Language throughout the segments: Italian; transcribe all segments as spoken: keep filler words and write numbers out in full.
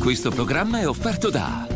Questo programma è offerto da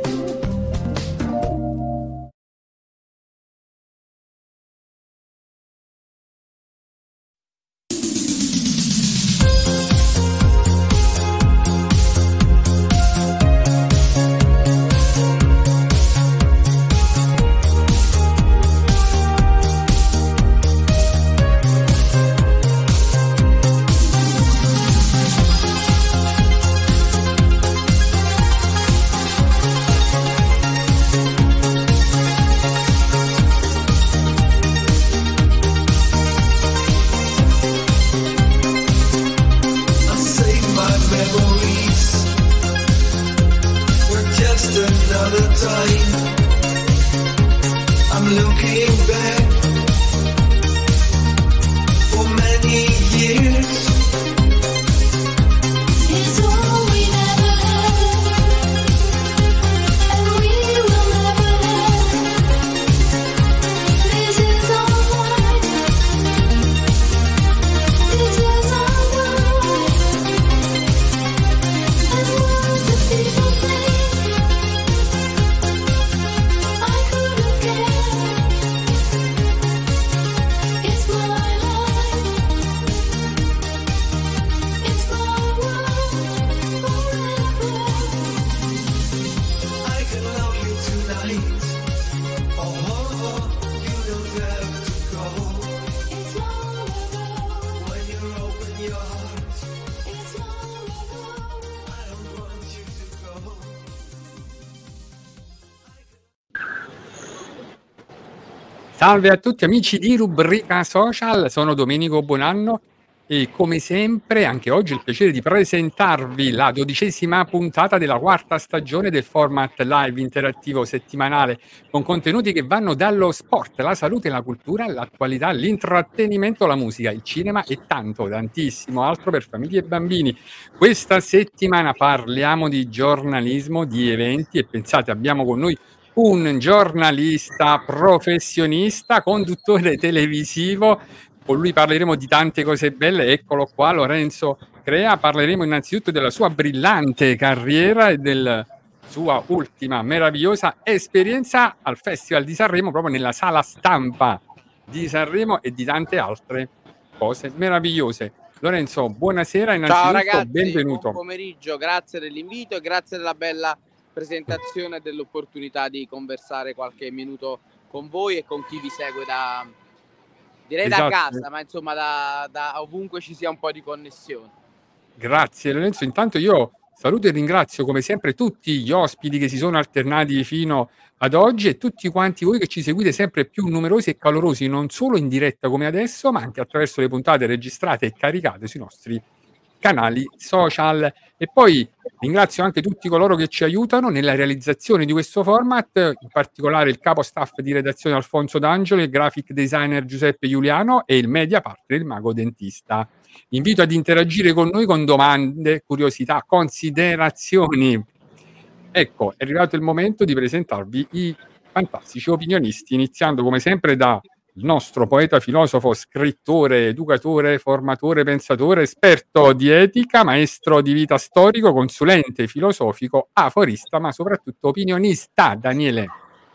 Salve a tutti amici di Rubrica Social, sono Domenico Buonanno e come sempre anche oggi ho il piacere di presentarvi la dodicesima puntata della quarta stagione del format live interattivo settimanale con contenuti che vanno dallo sport, la salute, la cultura, l'attualità, l'intrattenimento, la musica, il cinema e tanto, tantissimo altro per famiglie e bambini. Questa settimana parliamo di giornalismo, di eventi e pensate abbiamo con noi un giornalista professionista, conduttore televisivo. Con lui parleremo di tante cose belle. Eccolo qua, Lorenzo Crea. Parleremo innanzitutto della sua brillante carriera e della sua ultima meravigliosa esperienza al Festival di Sanremo, proprio nella sala stampa di Sanremo, e di tante altre cose meravigliose. Lorenzo, buonasera innanzitutto. Ciao ragazzi, benvenuto. buon pomeriggio, grazie dell'invito e grazie della bella presentazione e dell'opportunità di conversare qualche minuto con voi e con chi vi segue da direi esatto. da casa, ma insomma da, da ovunque ci sia un po' di connessione. Grazie Lorenzo, intanto io saluto e ringrazio come sempre tutti gli ospiti che si sono alternati fino ad oggi e tutti quanti voi che ci seguite sempre più numerosi e calorosi, non solo in diretta come adesso, ma anche attraverso le puntate registrate e caricate sui nostri canali social. E poi ringrazio anche tutti coloro che ci aiutano nella realizzazione di questo format, in particolare il capo staff di redazione Alfonso D'Angelo, il graphic designer Giuseppe Giuliano e il media partner il Mago Dentista. Invito ad interagire con noi con domande, curiosità, considerazioni. Ecco, è arrivato il momento di presentarvi i fantastici opinionisti, iniziando come sempre da il nostro poeta, filosofo, scrittore, educatore, formatore, pensatore, esperto di etica, maestro di vita storico, consulente filosofico, aforista, ma soprattutto opinionista, Daniele.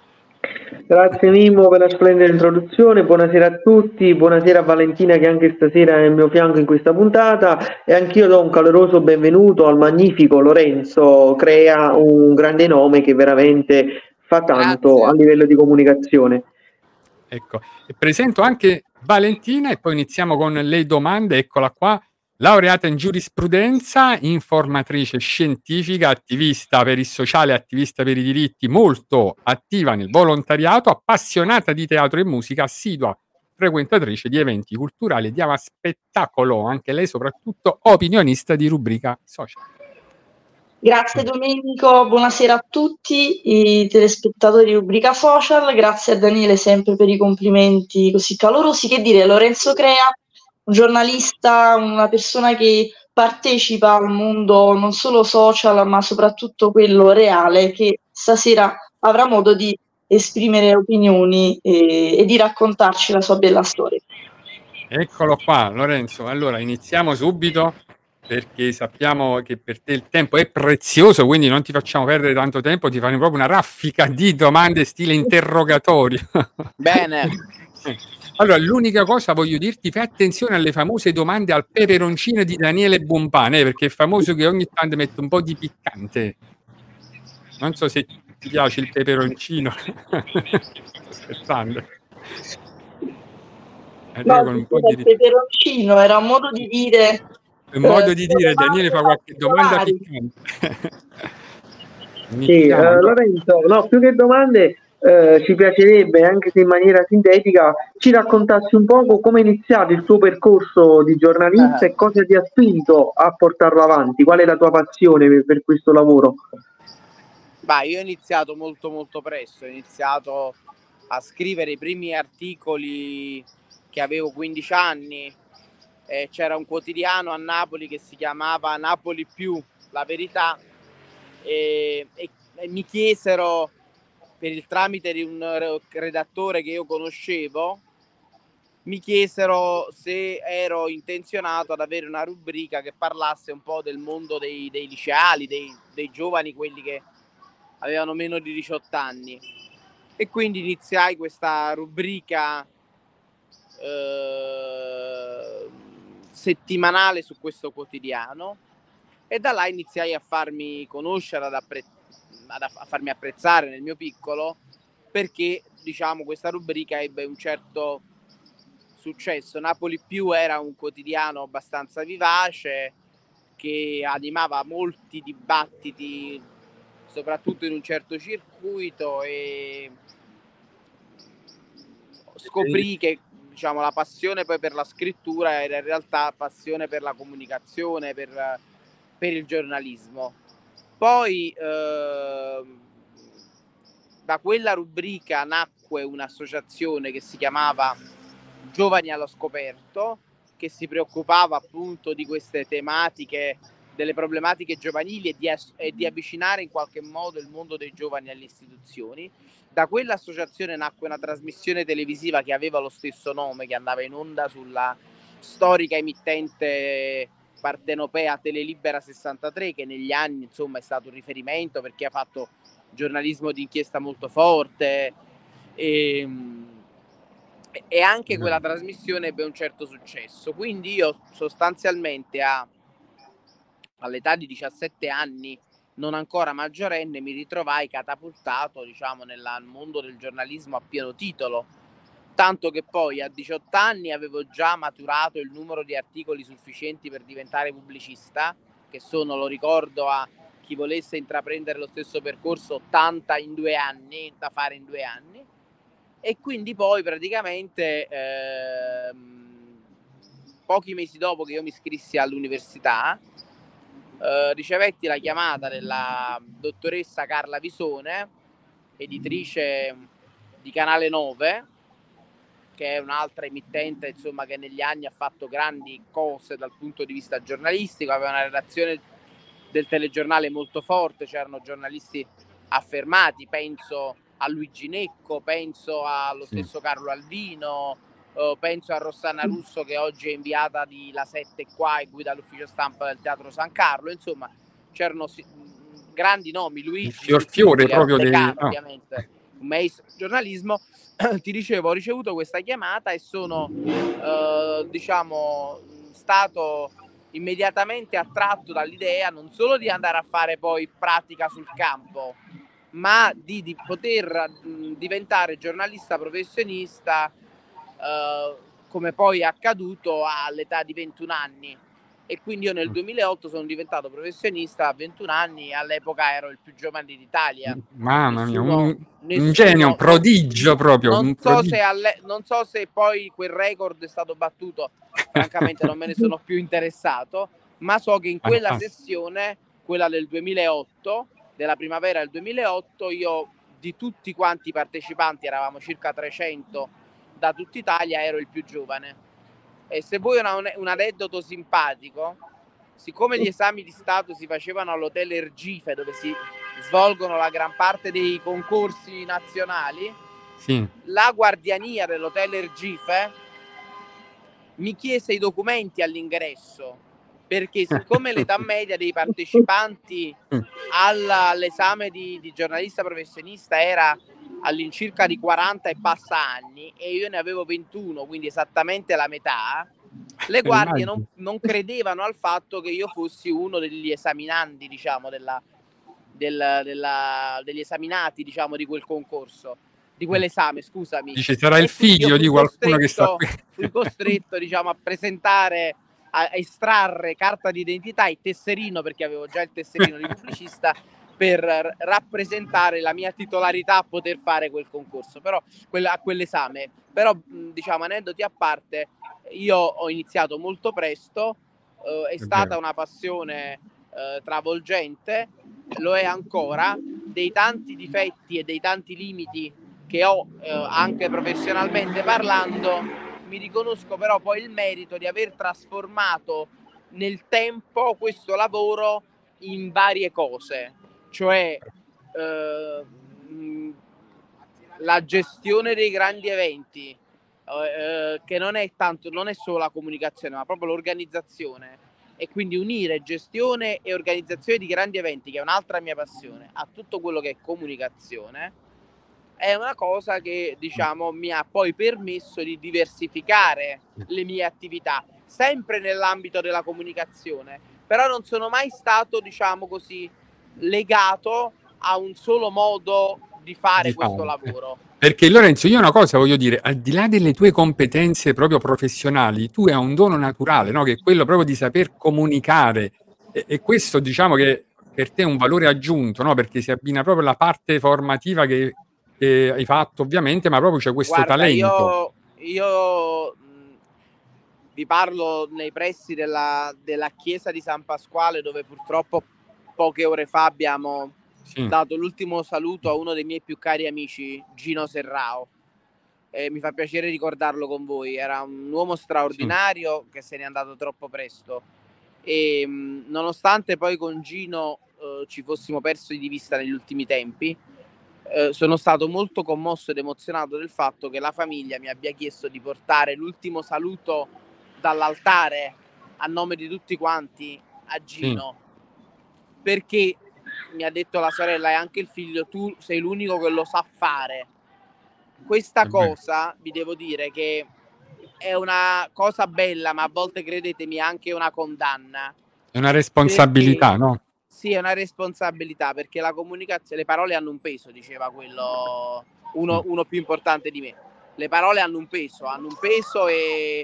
Grazie Mimmo per la splendida introduzione, buonasera a tutti, buonasera a Valentina che anche stasera è al mio fianco in questa puntata e anch'io do un caloroso benvenuto al magnifico Lorenzo Crea, un grande nome che veramente fa tanto Grazie. a livello di comunicazione. Ecco, e presento anche Valentina e poi iniziamo con le domande. Eccola qua, laureata in giurisprudenza, informatrice scientifica, attivista per il sociale, attivista per i diritti, molto attiva nel volontariato, appassionata di teatro e musica, assidua frequentatrice di eventi culturali e di spettacolo, anche lei soprattutto opinionista di Rubrica Social. Grazie Domenico, buonasera a tutti i telespettatori di Rubrica Social, grazie a Daniele sempre per i complimenti così calorosi. Che dire, Lorenzo Crea, un giornalista, una persona che partecipa al mondo non solo social ma soprattutto quello reale, che stasera avrà modo di esprimere opinioni e, e di raccontarci la sua bella storia. Eccolo qua Lorenzo, allora iniziamo subito. perché sappiamo che per te il tempo è prezioso, quindi non ti facciamo perdere tanto tempo, ti faremo proprio una raffica di domande stile interrogatorio. Bene. Allora, l'unica cosa voglio dirti, fai attenzione alle famose domande al peperoncino di Daniele Buonpane, eh, perché è famoso che ogni tanto mette un po' di piccante. Non so se ti piace il peperoncino. Sto scherzando. No, Con un po' il di... peperoncino era un modo di dire. Un modo eh, di dire, Daniele fa qualche domanda particolari. piccante. Sì, eh, Lorenzo, no, più che domande eh, ci piacerebbe, anche se in maniera sintetica, ci raccontassi un poco come è iniziato il tuo percorso di giornalista e cosa ti ha spinto a portarlo avanti, qual è la tua passione per, per questo lavoro? Bah, io ho iniziato molto molto presto, ho iniziato a scrivere i primi articoli che avevo quindici anni, eh, c'era un quotidiano a Napoli che si chiamava Napoli Più, La Verità, e, e, e mi chiesero, per il tramite di un redattore che io conoscevo, mi chiesero se ero intenzionato ad avere una rubrica che parlasse un po' del mondo dei, dei liceali, dei, dei giovani, quelli che avevano meno di diciotto anni, e quindi iniziai questa rubrica eh, settimanale su questo quotidiano, e da là iniziai a farmi conoscere, ad appre- ad a farmi apprezzare nel mio piccolo, perché diciamo questa rubrica ebbe un certo successo. Napoli Più era un quotidiano abbastanza vivace che animava molti dibattiti, soprattutto in un certo circuito, e scoprì che diciamo la passione poi per la scrittura era in realtà passione per la comunicazione, per, per il giornalismo. Poi eh, da quella rubrica nacque un'associazione che si chiamava Giovani allo Scoperto, che si preoccupava appunto di queste tematiche, delle problematiche giovanili, e di, e di avvicinare in qualche modo il mondo dei giovani alle istituzioni. Da quell'associazione nacque una trasmissione televisiva che aveva lo stesso nome, che andava in onda sulla storica emittente partenopea Telelibera sessantatré, che negli anni insomma è stato un riferimento perché ha fatto giornalismo di inchiesta molto forte, e, e anche mm. quella trasmissione ebbe un certo successo. Quindi io sostanzialmente a, all'età di diciassette anni, non ancora maggiorenne, mi ritrovai catapultato diciamo nel mondo del giornalismo a pieno titolo, tanto che poi a diciotto anni avevo già maturato il numero di articoli sufficienti per diventare pubblicista, che sono, lo ricordo a chi volesse intraprendere lo stesso percorso, ottanta in due anni, da fare in due anni. E quindi poi praticamente ehm, pochi mesi dopo che io mi iscrissi all'università, Uh, ricevetti la chiamata della dottoressa Carla Visone, editrice di Canale nove, che è un'altra emittente insomma che negli anni ha fatto grandi cose dal punto di vista giornalistico, aveva una redazione del telegiornale molto forte, c'erano giornalisti affermati, penso a Luigi Necco, penso allo stesso Carlo Alvino, Uh, penso a Rossana Russo, che oggi è inviata di La Sette qua e guida l'ufficio stampa del Teatro San Carlo. Insomma, c'erano si- grandi nomi, Luigi, il fior fiore proprio dei... dei... ovviamente, un maestro di giornalismo. Ti dicevo, ho ricevuto questa chiamata e sono, uh, diciamo, stato immediatamente attratto dall'idea non solo di andare a fare poi pratica sul campo, ma di, di poter mh, diventare giornalista professionista, Uh, come poi è accaduto all'età di ventuno anni. E quindi io nel duemilaotto sono diventato professionista a ventuno anni, all'epoca ero il più giovane d'Italia. Mamma nessuno, mia, un, nessuno, un genio, un prodigio proprio. Non, un so prodigio. Se alle, non so se poi quel record è stato battuto, francamente non me ne sono più interessato, ma so che in quella sessione, quella del duemilaotto, della primavera del duemilaotto, io di tutti quanti i partecipanti, eravamo circa trecento da tutta Italia, ero il più giovane. E se vuoi una, un aneddoto simpatico, siccome gli esami di Stato si facevano all'hotel Ergife, dove si svolgono la gran parte dei concorsi nazionali, sì. la guardiania dell'hotel Ergife mi chiese i documenti all'ingresso, perché siccome l'età media dei partecipanti alla, all'esame di, di giornalista professionista era all'incirca di quaranta e passa anni e io ne avevo ventuno, quindi esattamente la metà, le guardie non, non credevano al fatto che io fossi uno degli esaminandi, diciamo, della, del, della, degli esaminati, diciamo, di quel concorso, di quell'esame, scusami. Dice, sarà il figlio di qualcuno che sta qui. Fui costretto, diciamo, a presentare, a estrarre carta d'identità e tesserino, perché avevo già il tesserino di pubblicista, per rappresentare la mia titolarità a poter fare quel concorso, però a quell'esame. Però, diciamo, aneddoti a parte, io ho iniziato molto presto, eh, è, è stata vero. Una passione eh, travolgente, lo è ancora, dei tanti difetti e dei tanti limiti che ho eh, anche professionalmente parlando, mi riconosco però poi il merito di aver trasformato nel tempo questo lavoro in varie cose, cioè eh, la gestione dei grandi eventi, eh, che non è tanto, non è solo la comunicazione, ma proprio l'organizzazione, e quindi unire gestione e organizzazione di grandi eventi, che è un'altra mia passione, a tutto quello che è comunicazione, è una cosa che, diciamo, mi ha poi permesso di diversificare le mie attività, sempre nell'ambito della comunicazione, però non sono mai stato, diciamo così, legato a un solo modo di fare di questo fare. lavoro. Perché Lorenzo, io una cosa voglio dire, al di là delle tue competenze proprio professionali, tu hai un dono naturale, no? Che è quello proprio di saper comunicare, e, e questo, diciamo, che per te è un valore aggiunto, no? Perché si abbina proprio la parte formativa che che hai fatto, ovviamente, ma proprio c'è questo Guarda, talento. Io, io mh, vi parlo nei pressi della, della chiesa di San Pasquale, dove purtroppo poche ore fa abbiamo sì. dato l'ultimo saluto a uno dei miei più cari amici, Gino Serrao. E mi fa piacere ricordarlo con voi. Era un uomo straordinario sì. che se n'è andato troppo presto. E mh, nonostante poi con Gino eh, ci fossimo persi di vista negli ultimi tempi, Eh, sono stato molto commosso ed emozionato del fatto che la famiglia mi abbia chiesto di portare l'ultimo saluto dall'altare a nome di tutti quanti a Gino, mm. perché mi ha detto la sorella e anche il figlio, tu sei l'unico che lo sa fare. Questa mm. cosa, vi devo dire che è una cosa bella, ma a volte, credetemi, è anche una condanna. È una responsabilità, perché... no? Sì, è una responsabilità, perché la comunicazione, le parole hanno un peso, diceva quello, uno, uno più importante di me. Le parole hanno un peso, hanno un peso e,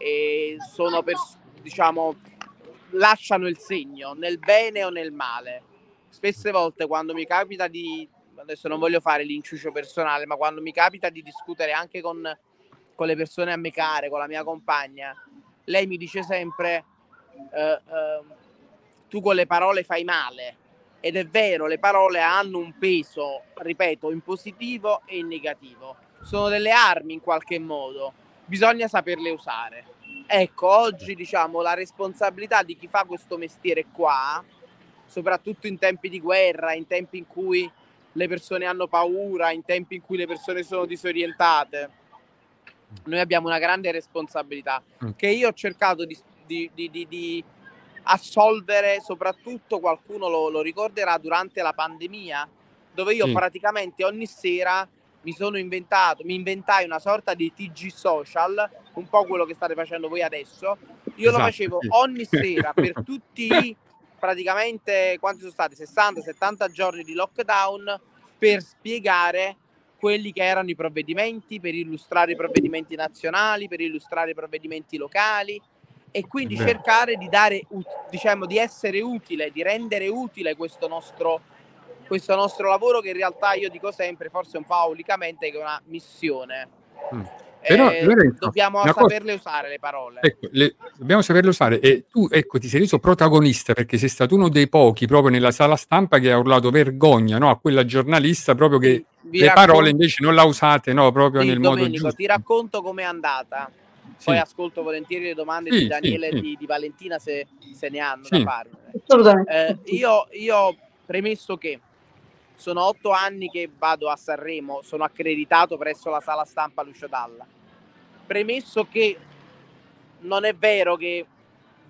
e sono, per, diciamo, lasciano il segno, nel bene o nel male. Spesse volte quando mi capita di, adesso non voglio fare l'inciucio personale, ma quando mi capita di discutere anche con, con le persone a me care, con la mia compagna, lei mi dice sempre... Uh, uh, tu con le parole fai male, ed è vero, le parole hanno un peso, ripeto, in positivo e in negativo, sono delle armi in qualche modo, bisogna saperle usare. Ecco, oggi, diciamo, la responsabilità di chi fa questo mestiere qua, soprattutto in tempi di guerra, in tempi in cui le persone hanno paura, in tempi in cui le persone sono disorientate, noi abbiamo una grande responsabilità che io ho cercato di, di, di, di, di assolvere, soprattutto qualcuno lo, lo ricorderà, durante la pandemia, dove io sì. praticamente ogni sera mi sono inventato, mi inventai una sorta di T G social, un po' quello che state facendo voi adesso. Io esatto, lo facevo sì. ogni sera per tutti i, praticamente, quanti sono stati? sessanta settanta giorni di lockdown, per spiegare quelli che erano i provvedimenti, per illustrare i provvedimenti nazionali, per illustrare i provvedimenti locali, e quindi Beh. cercare di dare, diciamo, di essere utile, di rendere utile questo nostro, questo nostro lavoro, che in realtà io dico sempre, forse un po' aulicamente, che è una missione. Mm. Però, eh, Lorenzo, dobbiamo saperle cosa... usare le parole. Ecco, le, dobbiamo saperle usare, e tu, ecco, ti sei reso protagonista, perché sei stato uno dei pochi proprio nella sala stampa che ha urlato vergogna, no, a quella giornalista, proprio che sì, le racconto... parole invece non la usate, no, proprio sì, nel Domenico, modo giusto. Ti racconto com'è andata. Poi sì. ascolto volentieri le domande sì, di Daniele e sì, sì. di, di Valentina, se, se ne hanno sì. da farne. Eh, io, io premesso che sono otto anni che vado a Sanremo, sono accreditato presso la sala stampa Lucio Dalla. Premesso che non è vero che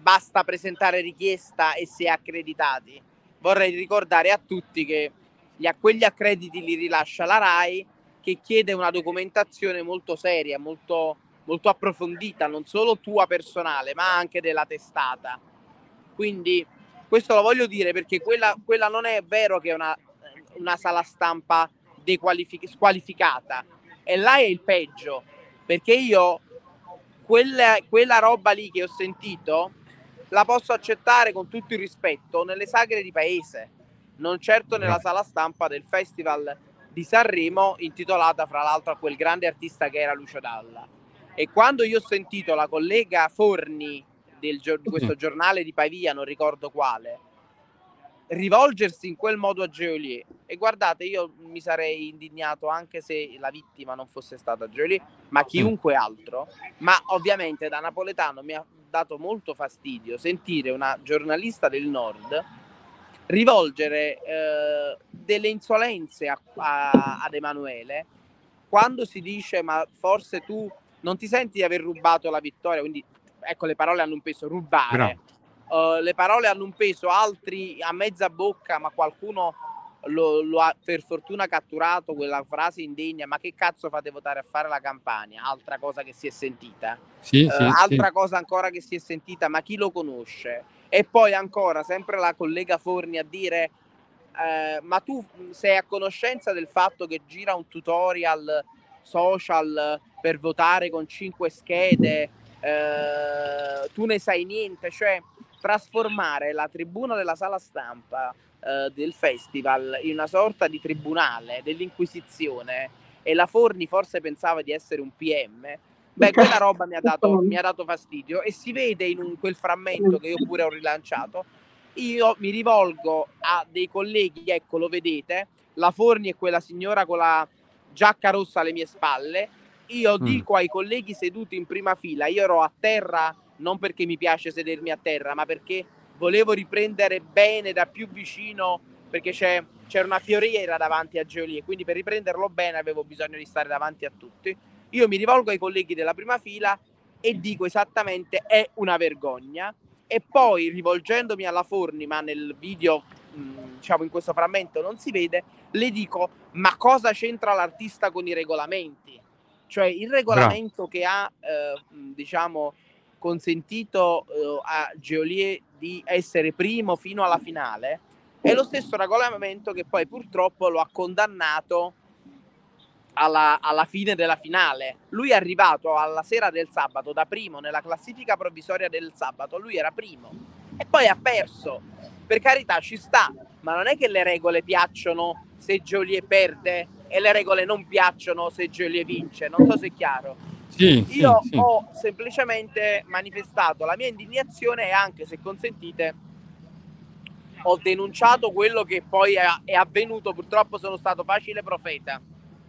basta presentare richiesta e si è accreditati. Vorrei ricordare a tutti che gli, quegli accrediti li rilascia la RAI, che chiede una documentazione molto seria, molto, molto approfondita, non solo tua personale, ma anche della testata. Quindi questo lo voglio dire perché quella, quella non è vero che è una, una sala stampa dequalific- squalificata, e là è il peggio, perché io quella, quella roba lì che ho sentito la posso accettare con tutto il rispetto nelle sagre di paese, non certo nella sala stampa del Festival di Sanremo, intitolata fra l'altro a quel grande artista che era Lucio Dalla. E quando io ho sentito la collega Forni del, di questo giornale di Pavia, non ricordo quale, rivolgersi in quel modo a Geolier, e guardate, io mi sarei indignato anche se la vittima non fosse stata Geolier, ma chiunque altro, ma ovviamente da napoletano mi ha dato molto fastidio sentire una giornalista del Nord rivolgere eh, delle insolenze a, a, ad Emanuele, quando si dice ma forse tu non ti senti di aver rubato la vittoria, quindi ecco, le parole hanno un peso, rubare, uh, le parole hanno un peso, altri a mezza bocca, ma qualcuno lo, lo ha per fortuna catturato quella frase indegna, ma che cazzo fate votare a fare la Campania, altra cosa che si è sentita, sì, uh, sì, altra sì. cosa ancora che si è sentita, ma chi lo conosce? E poi ancora sempre la collega Forni a dire eh, ma tu sei a conoscenza del fatto che gira un tutorial social per votare con cinque schede, eh, tu ne sai niente, cioè trasformare la tribuna della sala stampa eh, del festival in una sorta di tribunale dell'Inquisizione, e la Forni forse pensava di essere un P M. Beh, quella roba mi ha dato, mi ha dato fastidio, e si vede in un, quel frammento che io pure ho rilanciato. Io mi rivolgo a dei colleghi, ecco, lo vedete, la Forni è quella signora con la giacca rossa alle mie spalle. Io mm. dico ai colleghi seduti in prima fila, io ero a terra non perché mi piace sedermi a terra, ma perché volevo riprendere bene da più vicino, perché c'è, c'era una fioriera davanti a Geolier, quindi per riprenderlo bene avevo bisogno di stare davanti a tutti. Io mi rivolgo ai colleghi della prima fila e dico esattamente: è una vergogna. E poi, rivolgendomi alla Forni, ma nel video, mh, diciamo in questo frammento non si vede, le dico: ma cosa c'entra l'artista con i regolamenti? Cioè il regolamento Bravo. che ha eh, diciamo consentito eh, a Geolier di essere primo fino alla finale è lo stesso regolamento che poi purtroppo lo ha condannato Alla, alla fine della finale. Lui è arrivato alla sera del sabato da primo nella classifica provvisoria del sabato, lui era primo e poi ha perso. Per carità, ci sta, ma non è che le regole piacciono se Geolier perde e le regole non piacciono se Geolier vince, non so se è chiaro. Sì, io sì, sì. ho semplicemente manifestato la mia indignazione, e anche, se consentite, ho denunciato quello che poi è, è avvenuto. Purtroppo sono stato facile profeta,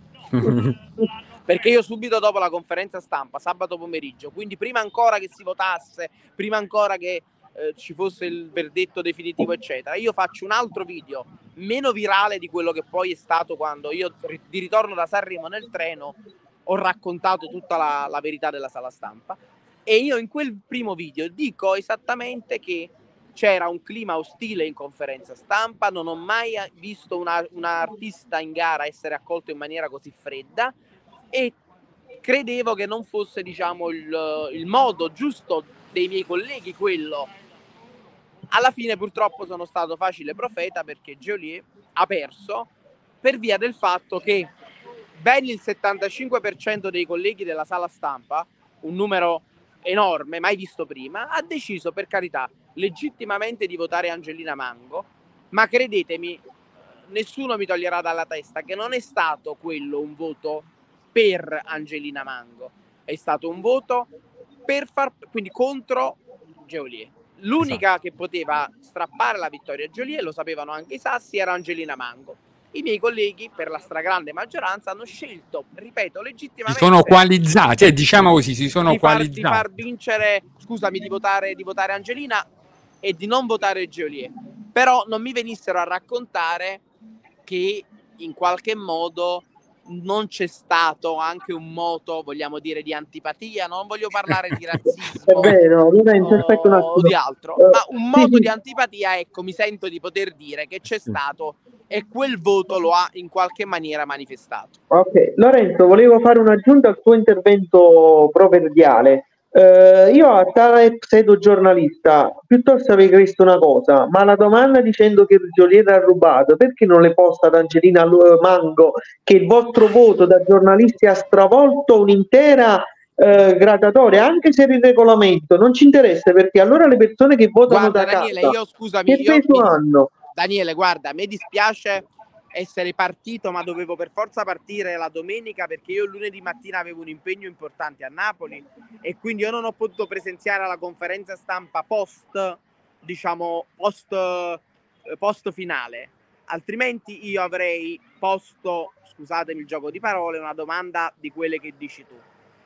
perché io subito dopo la conferenza stampa sabato pomeriggio, quindi prima ancora che si votasse, prima ancora che eh, ci fosse il verdetto definitivo eccetera, io faccio un altro video meno virale di quello che poi è stato quando io di ritorno da Sanremo nel treno ho raccontato tutta la, la verità della sala stampa, e io in quel primo video dico esattamente che c'era un clima ostile in conferenza stampa, non ho mai visto una, una artista in gara essere accolto in maniera così fredda, e credevo che non fosse, diciamo, il, il modo giusto dei miei colleghi quello. Alla fine purtroppo sono stato facile profeta, perché Geolier ha perso per via del fatto che ben il settantacinque per cento dei colleghi della sala stampa, un numero enorme, mai visto prima, ha deciso, per carità, legittimamente di votare Angelina Mango, ma credetemi, nessuno mi toglierà dalla testa che non è stato quello un voto per Angelina Mango, è stato un voto per far, quindi contro Geolier. L'unica esatto. che poteva strappare la vittoria a Geolier, lo sapevano anche i sassi, era Angelina Mango. I miei colleghi, per la stragrande maggioranza, hanno scelto, ripeto, legittimamente, si sono coalizzati, eh, diciamo così, si sono di far, coalizzati. di far vincere, scusami, di votare, di votare Angelina e di non votare Geolier. Però non mi venissero a raccontare che in qualche modo non c'è stato anche un moto, vogliamo dire, di antipatia, non voglio parlare di razzismo È vero, Lorenzo, aspetta un o, attimo. o di altro, Uh, ma un sì, moto sì. di antipatia, ecco, mi sento di poter dire che c'è Sì. stato e quel voto lo ha in qualche maniera manifestato. Ok, Lorenzo, volevo fare un'aggiunta al tuo intervento proverbiale. Eh, io a tale pseudo giornalista piuttosto avrei chiesto una cosa, ma la domanda dicendo che Geolier ha rubato, perché non le posta ad Angelina Lu- Mango che il vostro voto da giornalisti ha stravolto un'intera eh, gradatoria, anche se il regolamento non ci interessa, perché allora le persone che votano Guarda da Daniele, casa, io scusami, che io peso mi dis- hanno? Daniele, guarda, a me dispiace essere partito, ma dovevo per forza partire la domenica perché io lunedì mattina avevo un impegno importante a Napoli e quindi io non ho potuto presenziare alla conferenza stampa post, diciamo, post, eh, post finale. Altrimenti io avrei posto, scusatemi il gioco di parole, una domanda di quelle che dici tu.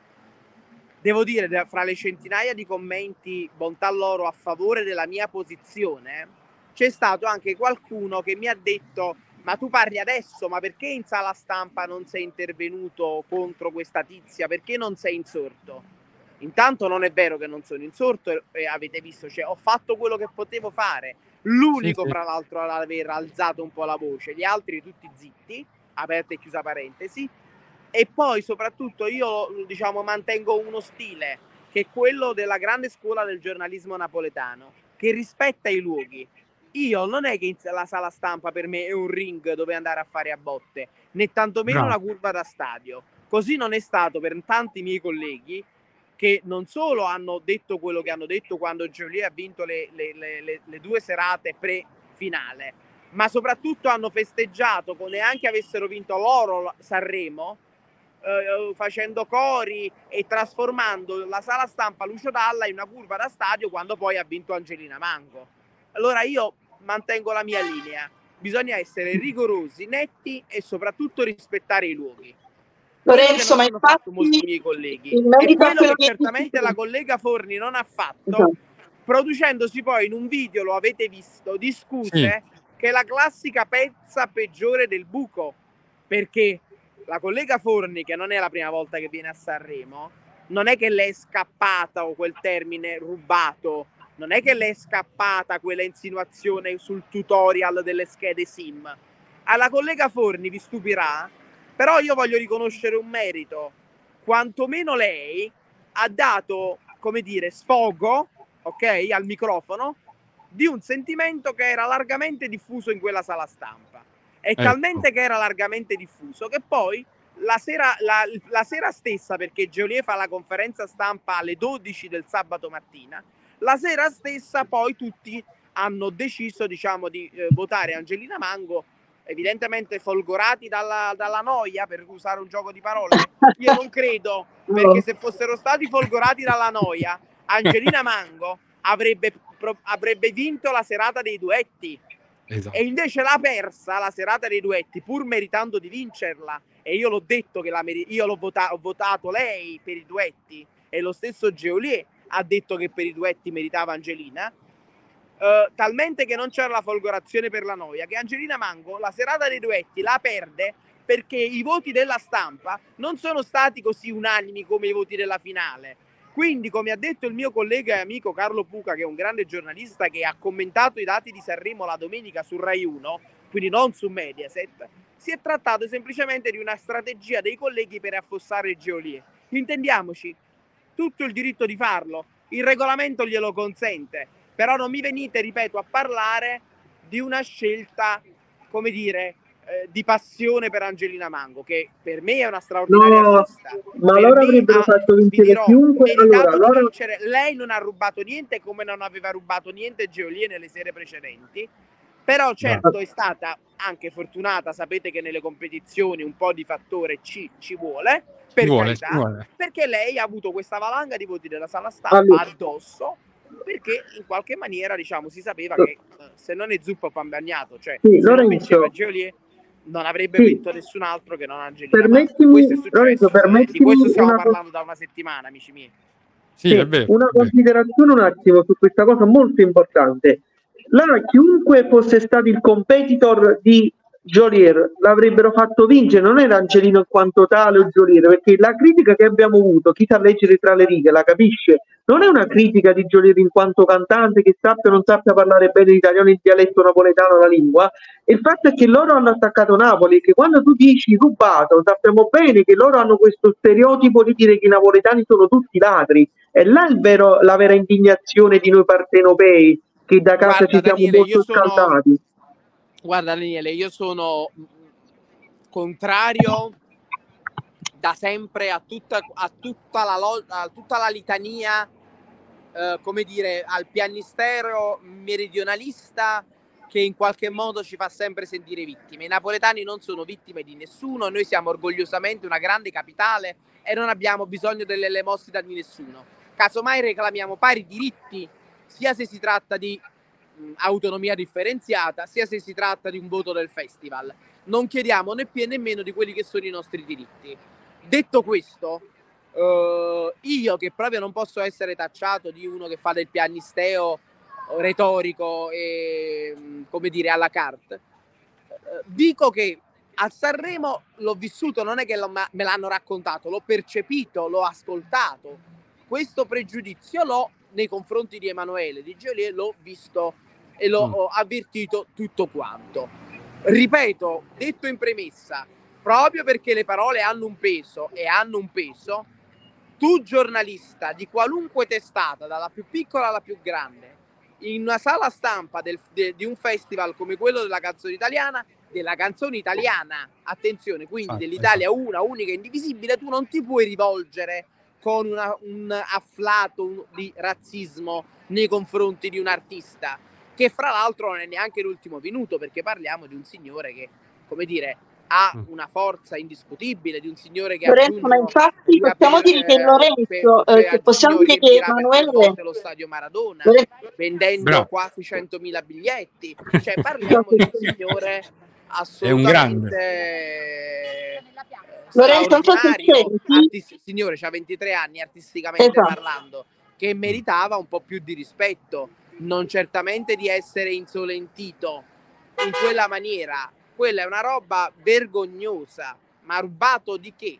Devo dire, fra le centinaia di commenti, bontà loro, a favore della mia posizione, c'è stato anche qualcuno che mi ha detto: ma tu parli adesso, ma perché in sala stampa non sei intervenuto contro questa tizia? Perché non sei insorto? Intanto non è vero che non sono insorto e, e avete visto, cioè ho fatto quello che potevo fare. L'unico, Sì, sì. fra l'altro, ad aver alzato un po' la voce, gli altri tutti zitti, aperta e chiusa parentesi. E poi soprattutto io, diciamo, mantengo uno stile che è quello della grande scuola del giornalismo napoletano, che rispetta i luoghi. Io non è che la sala stampa per me è un ring dove andare a fare a botte, né tantomeno Bravo. una curva da stadio. Così non è stato per tanti miei colleghi che non solo hanno detto quello che hanno detto quando Geolier ha vinto le, le, le, le due serate pre-finale, ma soprattutto hanno festeggiato, come neanche avessero vinto loro Sanremo, eh, facendo cori e trasformando la sala stampa Lucio Dalla in una curva da stadio quando poi ha vinto Angelina Mango. Allora io mantengo la mia linea, bisogna essere rigorosi, netti e soprattutto rispettare i luoghi. Lorenzo, ma hanno fatto infatti molti miei colleghi in e merito a quello quello che che certamente dici la tu, collega Forni non ha fatto, esatto. producendosi poi in un video, lo avete visto, di scuse, Sì. che è la classica pezza peggiore del buco, perché la collega Forni, che non è la prima volta che viene a Sanremo, non è che le è scappata, o quel termine rubato, non è che le è scappata quella insinuazione sul tutorial delle schede SIM. Alla collega Forni vi stupirà, però io voglio riconoscere un merito. Quantomeno lei ha dato, come dire, sfogo, ok, al microfono, di un sentimento che era largamente diffuso in quella sala stampa. È Ecco. talmente che era largamente diffuso che poi la sera, la, la sera stessa, perché Geolier fa la conferenza stampa alle dodici del sabato mattina, la sera stessa poi tutti hanno deciso, diciamo, di eh, votare Angelina Mango, evidentemente folgorati dalla, dalla noia, per usare un gioco di parole. Io non credo, perché se fossero stati folgorati dalla noia, Angelina Mango avrebbe, pro, avrebbe vinto la serata dei duetti. Esatto. E invece l'ha persa la serata dei duetti, pur meritando di vincerla. E io l'ho detto che la meri- io l'ho vota- ho votato lei per i duetti, e lo stesso Geolier ha detto che per i duetti meritava Angelina. Uh, talmente che non c'era la folgorazione per la noia, che Angelina Mango la serata dei duetti la perde perché i voti della stampa non sono stati così unanimi come i voti della finale. Quindi, come ha detto il mio collega e amico Carlo Puca, che è un grande giornalista che ha commentato i dati di Sanremo la domenica su Rai uno, quindi non su Mediaset, si è trattato semplicemente di una strategia dei colleghi per affossare Geolier. Intendiamoci, tutto il diritto di farlo, il regolamento glielo consente, però non mi venite, ripeto, a parlare di una scelta, come dire, eh, di passione per Angelina Mango, che per me è una straordinaria No, artista. ma Per loro me avrebbero ha, fatto vi vincere dirò, chiunque. meritato Allora, loro... di vincere. Lei non ha rubato niente, come non aveva rubato niente Geolier nelle serie precedenti. Però certo è stata anche fortunata, sapete che nelle competizioni un po' di fattore ci, ci vuole, per Ci vuole, carità, ci vuole. perché lei ha avuto questa valanga di voti della sala stampa Allora. addosso, perché in qualche maniera, diciamo, si sapeva che eh, se non è zuppa pan bagnato, cioè Sì, se non Lorenzo. vinceva Geolier non avrebbe Sì. vinto nessun altro che non Angelina Mango. Permettimi, Questo è successo, Lorenzo, eh, di permettimi questo stiamo una, parlando da una settimana, amici miei. Sì, sì, è vero. una è vero. considerazione un attimo su questa cosa molto importante. Là, chiunque fosse stato il competitor di Joliet l'avrebbero fatto vincere, non era Angelino in quanto tale o Joliet, perché la critica che abbiamo avuto, chi sa leggere tra le righe la capisce, non è una critica di Joliet in quanto cantante che sappia o non sappia parlare bene l'italiano, il dialetto napoletano, la lingua. Il fatto è che loro hanno attaccato Napoli, che quando tu dici rubato, sappiamo bene che loro hanno questo stereotipo di dire che i napoletani sono tutti ladri. E là il vero, la vera indignazione di noi partenopei, che da casa Guarda, ci siamo Daniele, molto io sono- scaldati. Guarda Daniele, io sono contrario da sempre a tutta, a tutta, la, lo- a tutta la litania, eh, come dire, al piagnistero meridionalista che in qualche modo ci fa sempre sentire vittime. I napoletani non sono vittime di nessuno, noi siamo orgogliosamente una grande capitale e non abbiamo bisogno delle elemosina di nessuno. Casomai reclamiamo pari diritti, sia se si tratta di mh, autonomia differenziata, sia se si tratta di un voto del festival. Non chiediamo né più né meno di quelli che sono i nostri diritti. Detto questo, eh, io che proprio non posso essere tacciato di uno che fa del piagnisteo retorico e mh, come dire alla carte, eh, dico che a Sanremo l'ho vissuto, non è che lo- me l'hanno raccontato, l'ho percepito, l'ho ascoltato. Questo pregiudizio l'ho nei confronti di Emanuele Di Joliet, l'ho visto e l'ho Mm. ho avvertito tutto quanto. Ripeto, detto in premessa, proprio perché le parole hanno un peso e hanno un peso, tu giornalista di qualunque testata, dalla più piccola alla più grande, in una sala stampa del- de- di un festival come quello della canzone italiana, della canzone italiana, attenzione, quindi Esatto, dell'Italia una, unica e indivisibile, tu non ti puoi rivolgere con una- un afflato un- di razzismo nei confronti di un artista, che fra l'altro non è neanche l'ultimo venuto, perché parliamo di un signore che, come dire, ha Mm. una forza indiscutibile, di un signore che Lorenzo, a ma giugno infatti riaprirà- possiamo dire che eh, Lorenzo, per- eh, per- che a possiamo giugno dire che riempirà per tre Emanuele, volte lo stadio Maradona, Lorenzo, vendendo Bravo. quasi centomila biglietti. Cioè parliamo di un signore È un grande. assolutamente eh, Lorenzo, non so se straordinario, senti. artis- signore c'ha ventitré anni artisticamente Esatto. parlando, che meritava un po' più di rispetto, non certamente di essere insolentito in quella maniera. Quella è una roba vergognosa, ma rubato di che?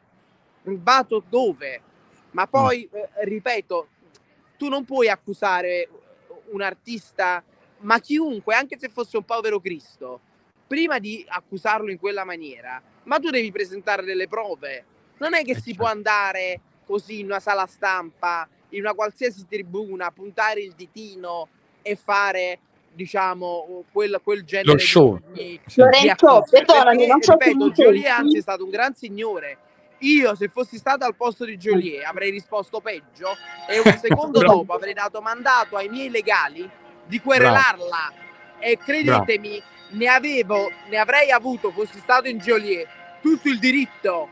Rubato dove? Ma poi, eh, ripeto, tu non puoi accusare un artista, ma chiunque, anche se fosse un povero Cristo, prima di accusarlo in quella maniera, ma tu devi presentare delle prove. Non è che Eh, si certo. può andare così in una sala stampa, in una qualsiasi tribuna, puntare il ditino e fare, diciamo, quel, quel genere Lo show. di, di, Sì. di Lorenzo, accuse. perdonami, Perché, non so se ripeto, mi Joliet senti. anzi è stato un gran signore. Io, se fossi stato al posto di Joliet, avrei risposto peggio e un secondo Bravo. dopo avrei dato mandato ai miei legali di querelarla. E credetemi, ne avevo, ne avrei avuto, fossi stato in Joliet, tutto il diritto.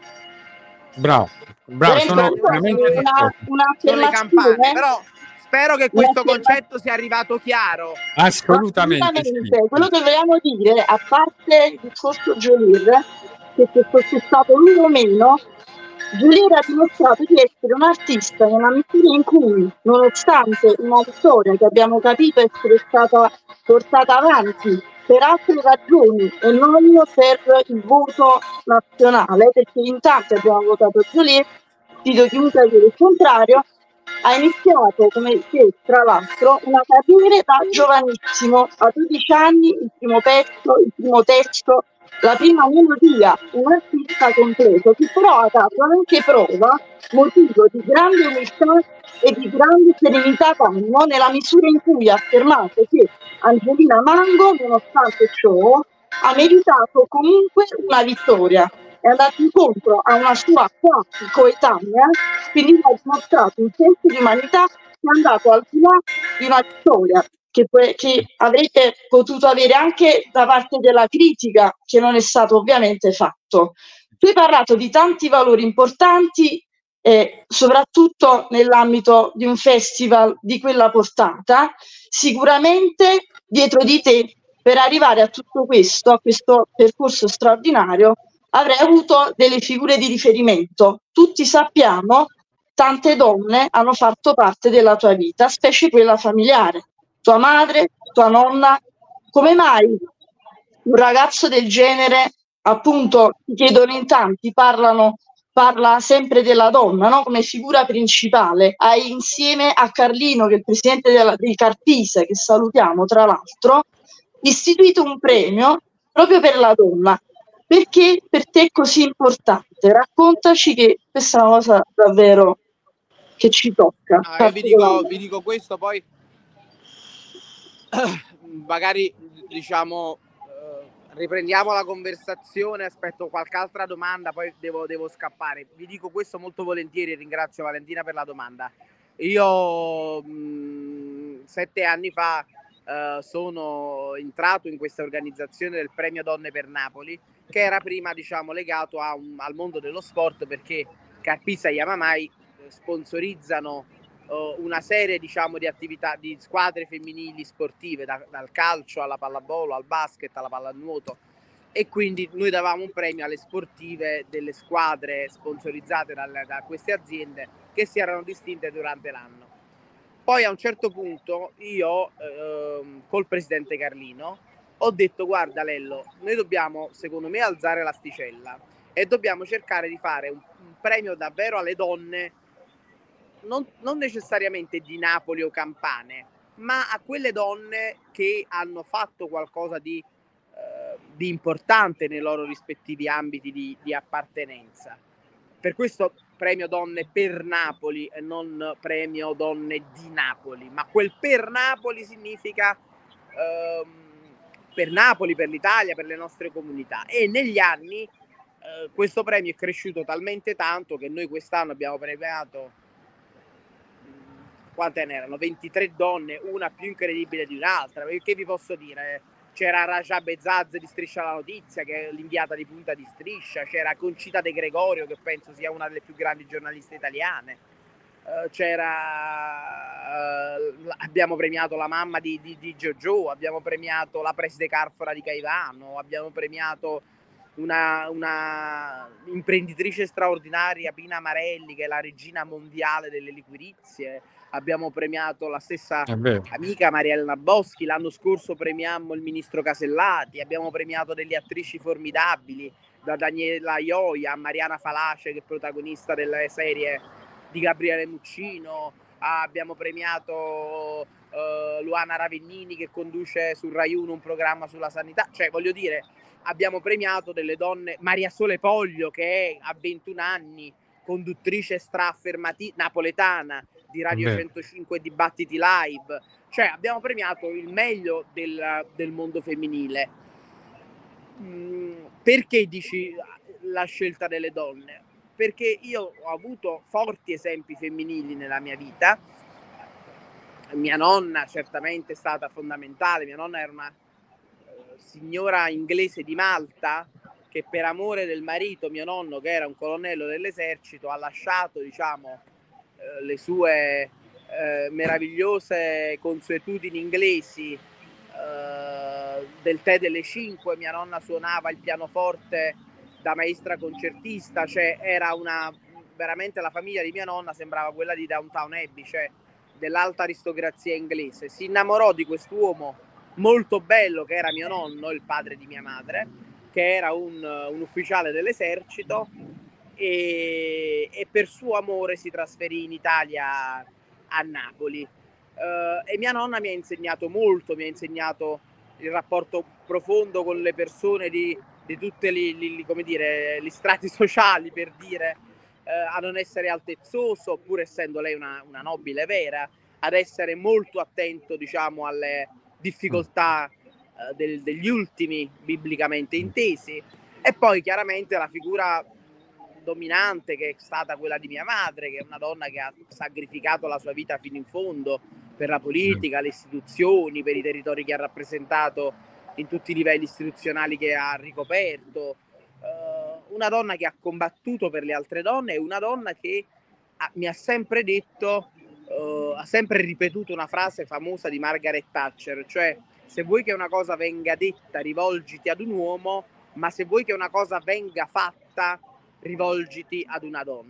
Bravo, bravo, Lorenzo, sono io veramente una, d'accordo. Sono le campane, un'affermazione. però spero che questo Un'afferma- concetto sia arrivato chiaro. Assolutamente sì. Assolutamente. Quello che vogliamo dire, a parte il discorso Joliet, che se fosse stato lui o meno, Joliet ha dimostrato di essere un artista nella misura in cui, nonostante una vittoria che abbiamo capito essere stata portata avanti per altre ragioni e non per il voto nazionale, perché in tanti abbiamo votato Joliet, cito chiunque dire il contrario, ha iniziato, come se tra l'altro, una carriera da giovanissimo, a dodici anni, il primo pezzo, il primo testo, la prima melodia, un artista completo, che però ha dato anche prova, motivo di grande umiltà e di grande serenità d'animo, nella misura in cui ha affermato che Angelina Mango, nonostante ciò, ha meritato comunque una vittoria. È andato incontro a una sua quasi coetanea, quindi ha dimostrato un senso di umanità che è andato al di là di una vittoria che, pu- che avrete potuto avere anche da parte della critica, che non è stato ovviamente fatto. Tu hai parlato di tanti valori importanti, eh, soprattutto nell'ambito di un festival di quella portata. Sicuramente dietro di te, per arrivare a tutto questo, a questo percorso straordinario, avrei avuto delle figure di riferimento. Tutti sappiamo, tante donne hanno fatto parte della tua vita, specie quella familiare. Tua madre, tua nonna. Come mai un ragazzo del genere, appunto, chiedono in tanti, parlano, parla sempre della donna, no? Come figura principale. Hai insieme a Carlino, che è il presidente della, del Carpise, che salutiamo tra l'altro, istituito un premio proprio per la donna. Perché per te è così importante? Raccontaci, che questa è una cosa davvero che ci tocca. Ah, io vi dico, vi dico questo, poi magari diciamo eh, riprendiamo la conversazione, aspetto qualche altra domanda, poi devo, devo scappare. Vi dico questo molto volentieri, ringrazio Valentina per la domanda. Io mh, sette anni fa eh, sono entrato in questa organizzazione del Premio Donne per Napoli, che era prima diciamo legato a un, al mondo dello sport, perché Carpisa e Yamamai sponsorizzano una serie diciamo di attività di squadre femminili sportive, da, dal calcio alla pallavolo, al basket, alla pallanuoto, e quindi noi davamo un premio alle sportive delle squadre sponsorizzate dal, da queste aziende che si erano distinte durante l'anno. Poi a un certo punto io eh, col presidente Carlino ho detto: guarda Lello, noi dobbiamo secondo me alzare l'asticella e dobbiamo cercare di fare un, un premio davvero alle donne, Non, non necessariamente di Napoli o Campane, ma a quelle donne che hanno fatto qualcosa di, eh, di importante nei loro rispettivi ambiti di, di appartenenza. Per questo premio Donne per Napoli e non premio Donne di Napoli, ma quel per Napoli significa ehm, per Napoli, per l'Italia, per le nostre comunità. E negli anni eh, questo premio è cresciuto talmente tanto che noi quest'anno abbiamo premiato, quante ne erano? ventitré donne, una più incredibile di un'altra. Che vi posso dire? C'era Raja Bezaz di Striscia la Notizia, che è l'inviata di punta di Striscia, c'era Concita De Gregorio, che penso sia una delle più grandi giornaliste italiane, uh, c'era uh, abbiamo premiato la mamma di, di, di Giorgio, abbiamo premiato la preside Carfora di Caivano, abbiamo premiato una, una imprenditrice straordinaria, Pina Marelli, che è la regina mondiale delle liquirizie. Abbiamo premiato la stessa amica Marielena Boschi, l'anno scorso premiammo il ministro Casellati, abbiamo premiato delle attrici formidabili, da Daniela Ioia a Mariana Falace, che è protagonista delle serie di Gabriele Muccino, abbiamo premiato uh, Luana Ravennini, che conduce su Rai uno un programma sulla sanità. Cioè, voglio dire, abbiamo premiato delle donne, Maria Sole Poglio, che è a ventuno anni conduttrice straaffermativa napoletana di Radio Beh. centocinque Dibattiti Live. Cioè abbiamo premiato il meglio del, del mondo femminile. Mm, perché dici la scelta delle donne? Perché io ho avuto forti esempi femminili nella mia vita. Mia nonna certamente è stata fondamentale. Mia nonna era una uh, signora inglese di Malta, che per amore del marito, mio nonno, che era un colonnello dell'esercito, ha lasciato, diciamo, eh, le sue eh, meravigliose consuetudini inglesi, eh, del tè delle cinque. Mia nonna suonava il pianoforte da maestra concertista, cioè era una, veramente la famiglia di mia nonna sembrava quella di Downton Abbey, cioè dell'alta aristocrazia inglese. Si innamorò di quest'uomo molto bello che era mio nonno, il padre di mia madre, che era un, un ufficiale dell'esercito, e, e per suo amore si trasferì in Italia, a Napoli. Uh, e mia nonna mi ha insegnato molto, mi ha insegnato il rapporto profondo con le persone di, di tutti gli, come dire, gli strati sociali, per dire, uh, a non essere altezzoso, pur essendo lei una, una nobile vera, ad essere molto attento, diciamo, alle difficoltà Del, degli ultimi, biblicamente intesi. E poi chiaramente la figura dominante, che è stata quella di mia madre, che è una donna che ha sacrificato la sua vita fino in fondo per la politica, le istituzioni, per i territori che ha rappresentato in tutti i livelli istituzionali che ha ricoperto, uh, una donna che ha combattuto per le altre donne, e una donna che ha, mi ha sempre detto, uh, ha sempre ripetuto una frase famosa di Margaret Thatcher, cioè: se vuoi che una cosa venga detta, rivolgiti ad un uomo, ma se vuoi che una cosa venga fatta, rivolgiti ad una donna.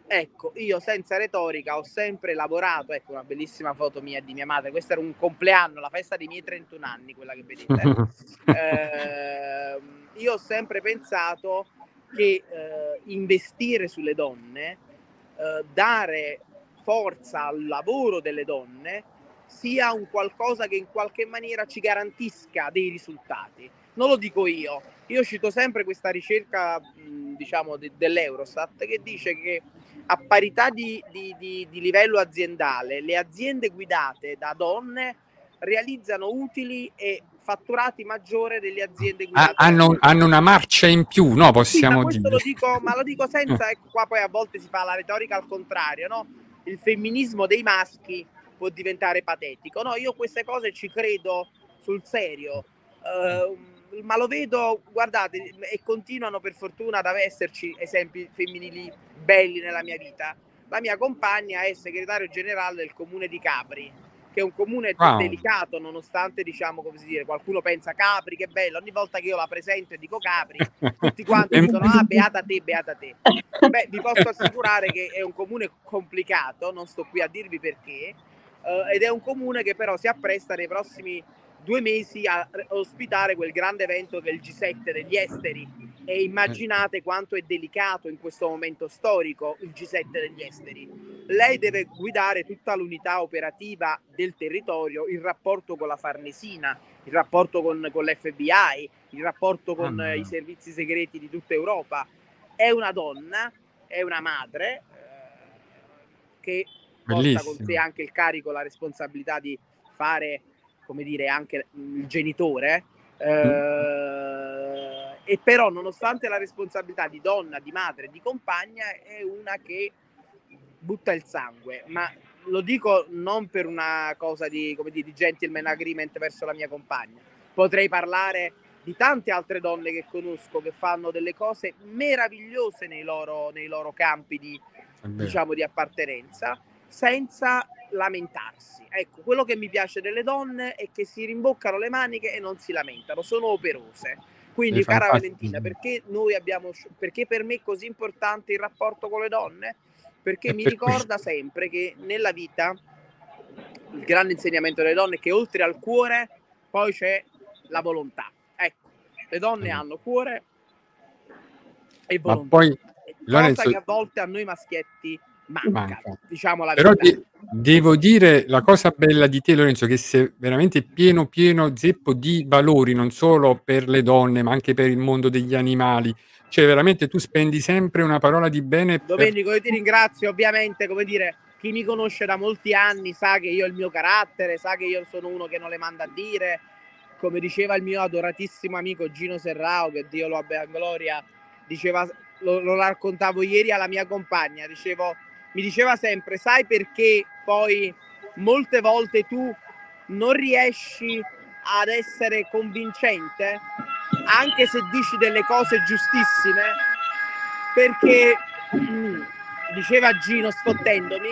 ecco, io senza retorica ho sempre lavorato, ecco una bellissima foto mia e di mia madre, questo era un compleanno, la festa dei miei trentuno anni, quella che vedete. eh, io ho sempre pensato che eh, investire sulle donne, eh, dare forza al lavoro delle donne, sia un qualcosa che in qualche maniera ci garantisca dei risultati. Non lo dico io, io cito sempre questa ricerca mh, diciamo de- dell'Eurostat che dice che a parità di, di, di, di livello aziendale le aziende guidate da donne realizzano utili e fatturati maggiori delle aziende guidate ah, hanno, hanno una marcia in più, no? Possiamo sì, ma questo dire. lo dico, ma lo dico senza, ecco qua poi a volte si fa la retorica al contrario, no? Il femminismo dei maschi può diventare patetico. No, io queste cose ci credo sul serio, uh, ma lo vedo, guardate, e continuano per fortuna ad esserci esempi femminili belli nella mia vita. La mia compagna è segretario generale del comune di Capri, che è un comune Wow. delicato, nonostante, diciamo, come si dice, qualcuno pensa Capri, che bello, ogni volta che io la presento e dico Capri, tutti quanti dicono ah, beata te, beata te. Beh, vi posso assicurare che è un comune complicato, non sto qui a dirvi perché, eh, ed è un comune che però si appresta nei prossimi due mesi a ospitare quel grande evento che è il G sette degli esteri, e immaginate quanto è delicato in questo momento storico il G sette degli esteri. Lei deve guidare tutta l'unità operativa del territorio, il rapporto con la Farnesina, il rapporto con, con l'F B I, il rapporto con Ah, eh, i servizi segreti di tutta Europa. È una donna, è una madre eh, che porta con sé anche il carico, la responsabilità di fare, come dire, anche il genitore, eh, e però nonostante la responsabilità di donna, di madre, di compagna, è una che butta il sangue, ma lo dico non per una cosa di, come dire, di gentleman agreement verso la mia compagna. Potrei parlare di tante altre donne che conosco che fanno delle cose meravigliose nei loro, nei loro campi di, diciamo, di appartenenza, senza lamentarsi. Ecco, quello che mi piace delle donne è che si rimboccano le maniche e non si lamentano, sono operose. Quindi, è cara fantastico. Valentina, perché noi abbiamo, perché per me è così importante il rapporto con le donne? Perché È mi per ricorda questo. sempre che nella vita il grande insegnamento delle donne è che oltre al cuore poi c'è la volontà. Ecco, le donne Mm. hanno cuore e Ma volontà, poi, cosa Lorenzo, che a volte a noi maschietti manca, manca. diciamo la Però verità. di- devo dire la cosa bella di te, Lorenzo, che sei veramente pieno pieno zeppo di valori, non solo per le donne, ma anche per il mondo degli animali. Cioè, veramente tu spendi sempre una parola di bene per... Domenico, io ti ringrazio, ovviamente, come dire, chi mi conosce da molti anni sa che io ho il mio carattere, sa che io sono uno che non le manda a dire, come diceva il mio adoratissimo amico Gino Serrao, che Dio lo abbia in gloria, diceva, lo, lo raccontavo ieri alla mia compagna, dicevo, mi diceva sempre, sai perché poi molte volte tu non riesci ad essere convincente, anche se dici delle cose giustissime? Perché, diceva Gino sfottendomi,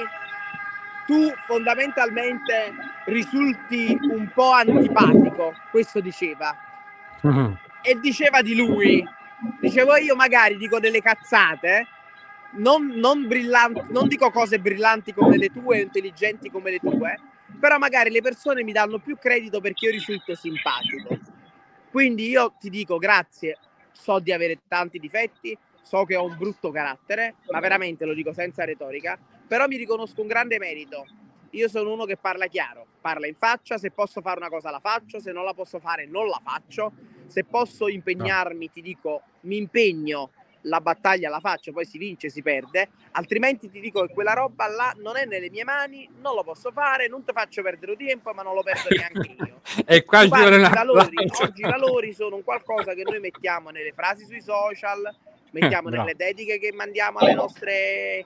tu fondamentalmente risulti un po' antipatico, questo diceva. Mhm. E diceva di lui, dicevo io magari dico delle cazzate, non, non brillanti, non dico cose brillanti come le tue, intelligenti come le tue, però magari le persone mi danno più credito perché io risulto simpatico. Quindi io ti dico grazie, so di avere tanti difetti, so che ho un brutto carattere, ma veramente lo dico senza retorica, però mi riconosco un grande merito. Io sono uno che parla chiaro, parla in faccia, se posso fare una cosa la faccio, se non la posso fare non la faccio, se posso impegnarmi ti dico mi impegno, la battaglia la faccio, poi si vince, si perde, altrimenti ti dico che quella roba là non è nelle mie mani, non lo posso fare, non ti faccio perdere tempo, ma non lo perdo neanche io. E qua Tu parli una... di valori, oggi i valori sono un qualcosa che noi mettiamo nelle frasi sui social, mettiamo Bravo. nelle dediche che mandiamo alle nostre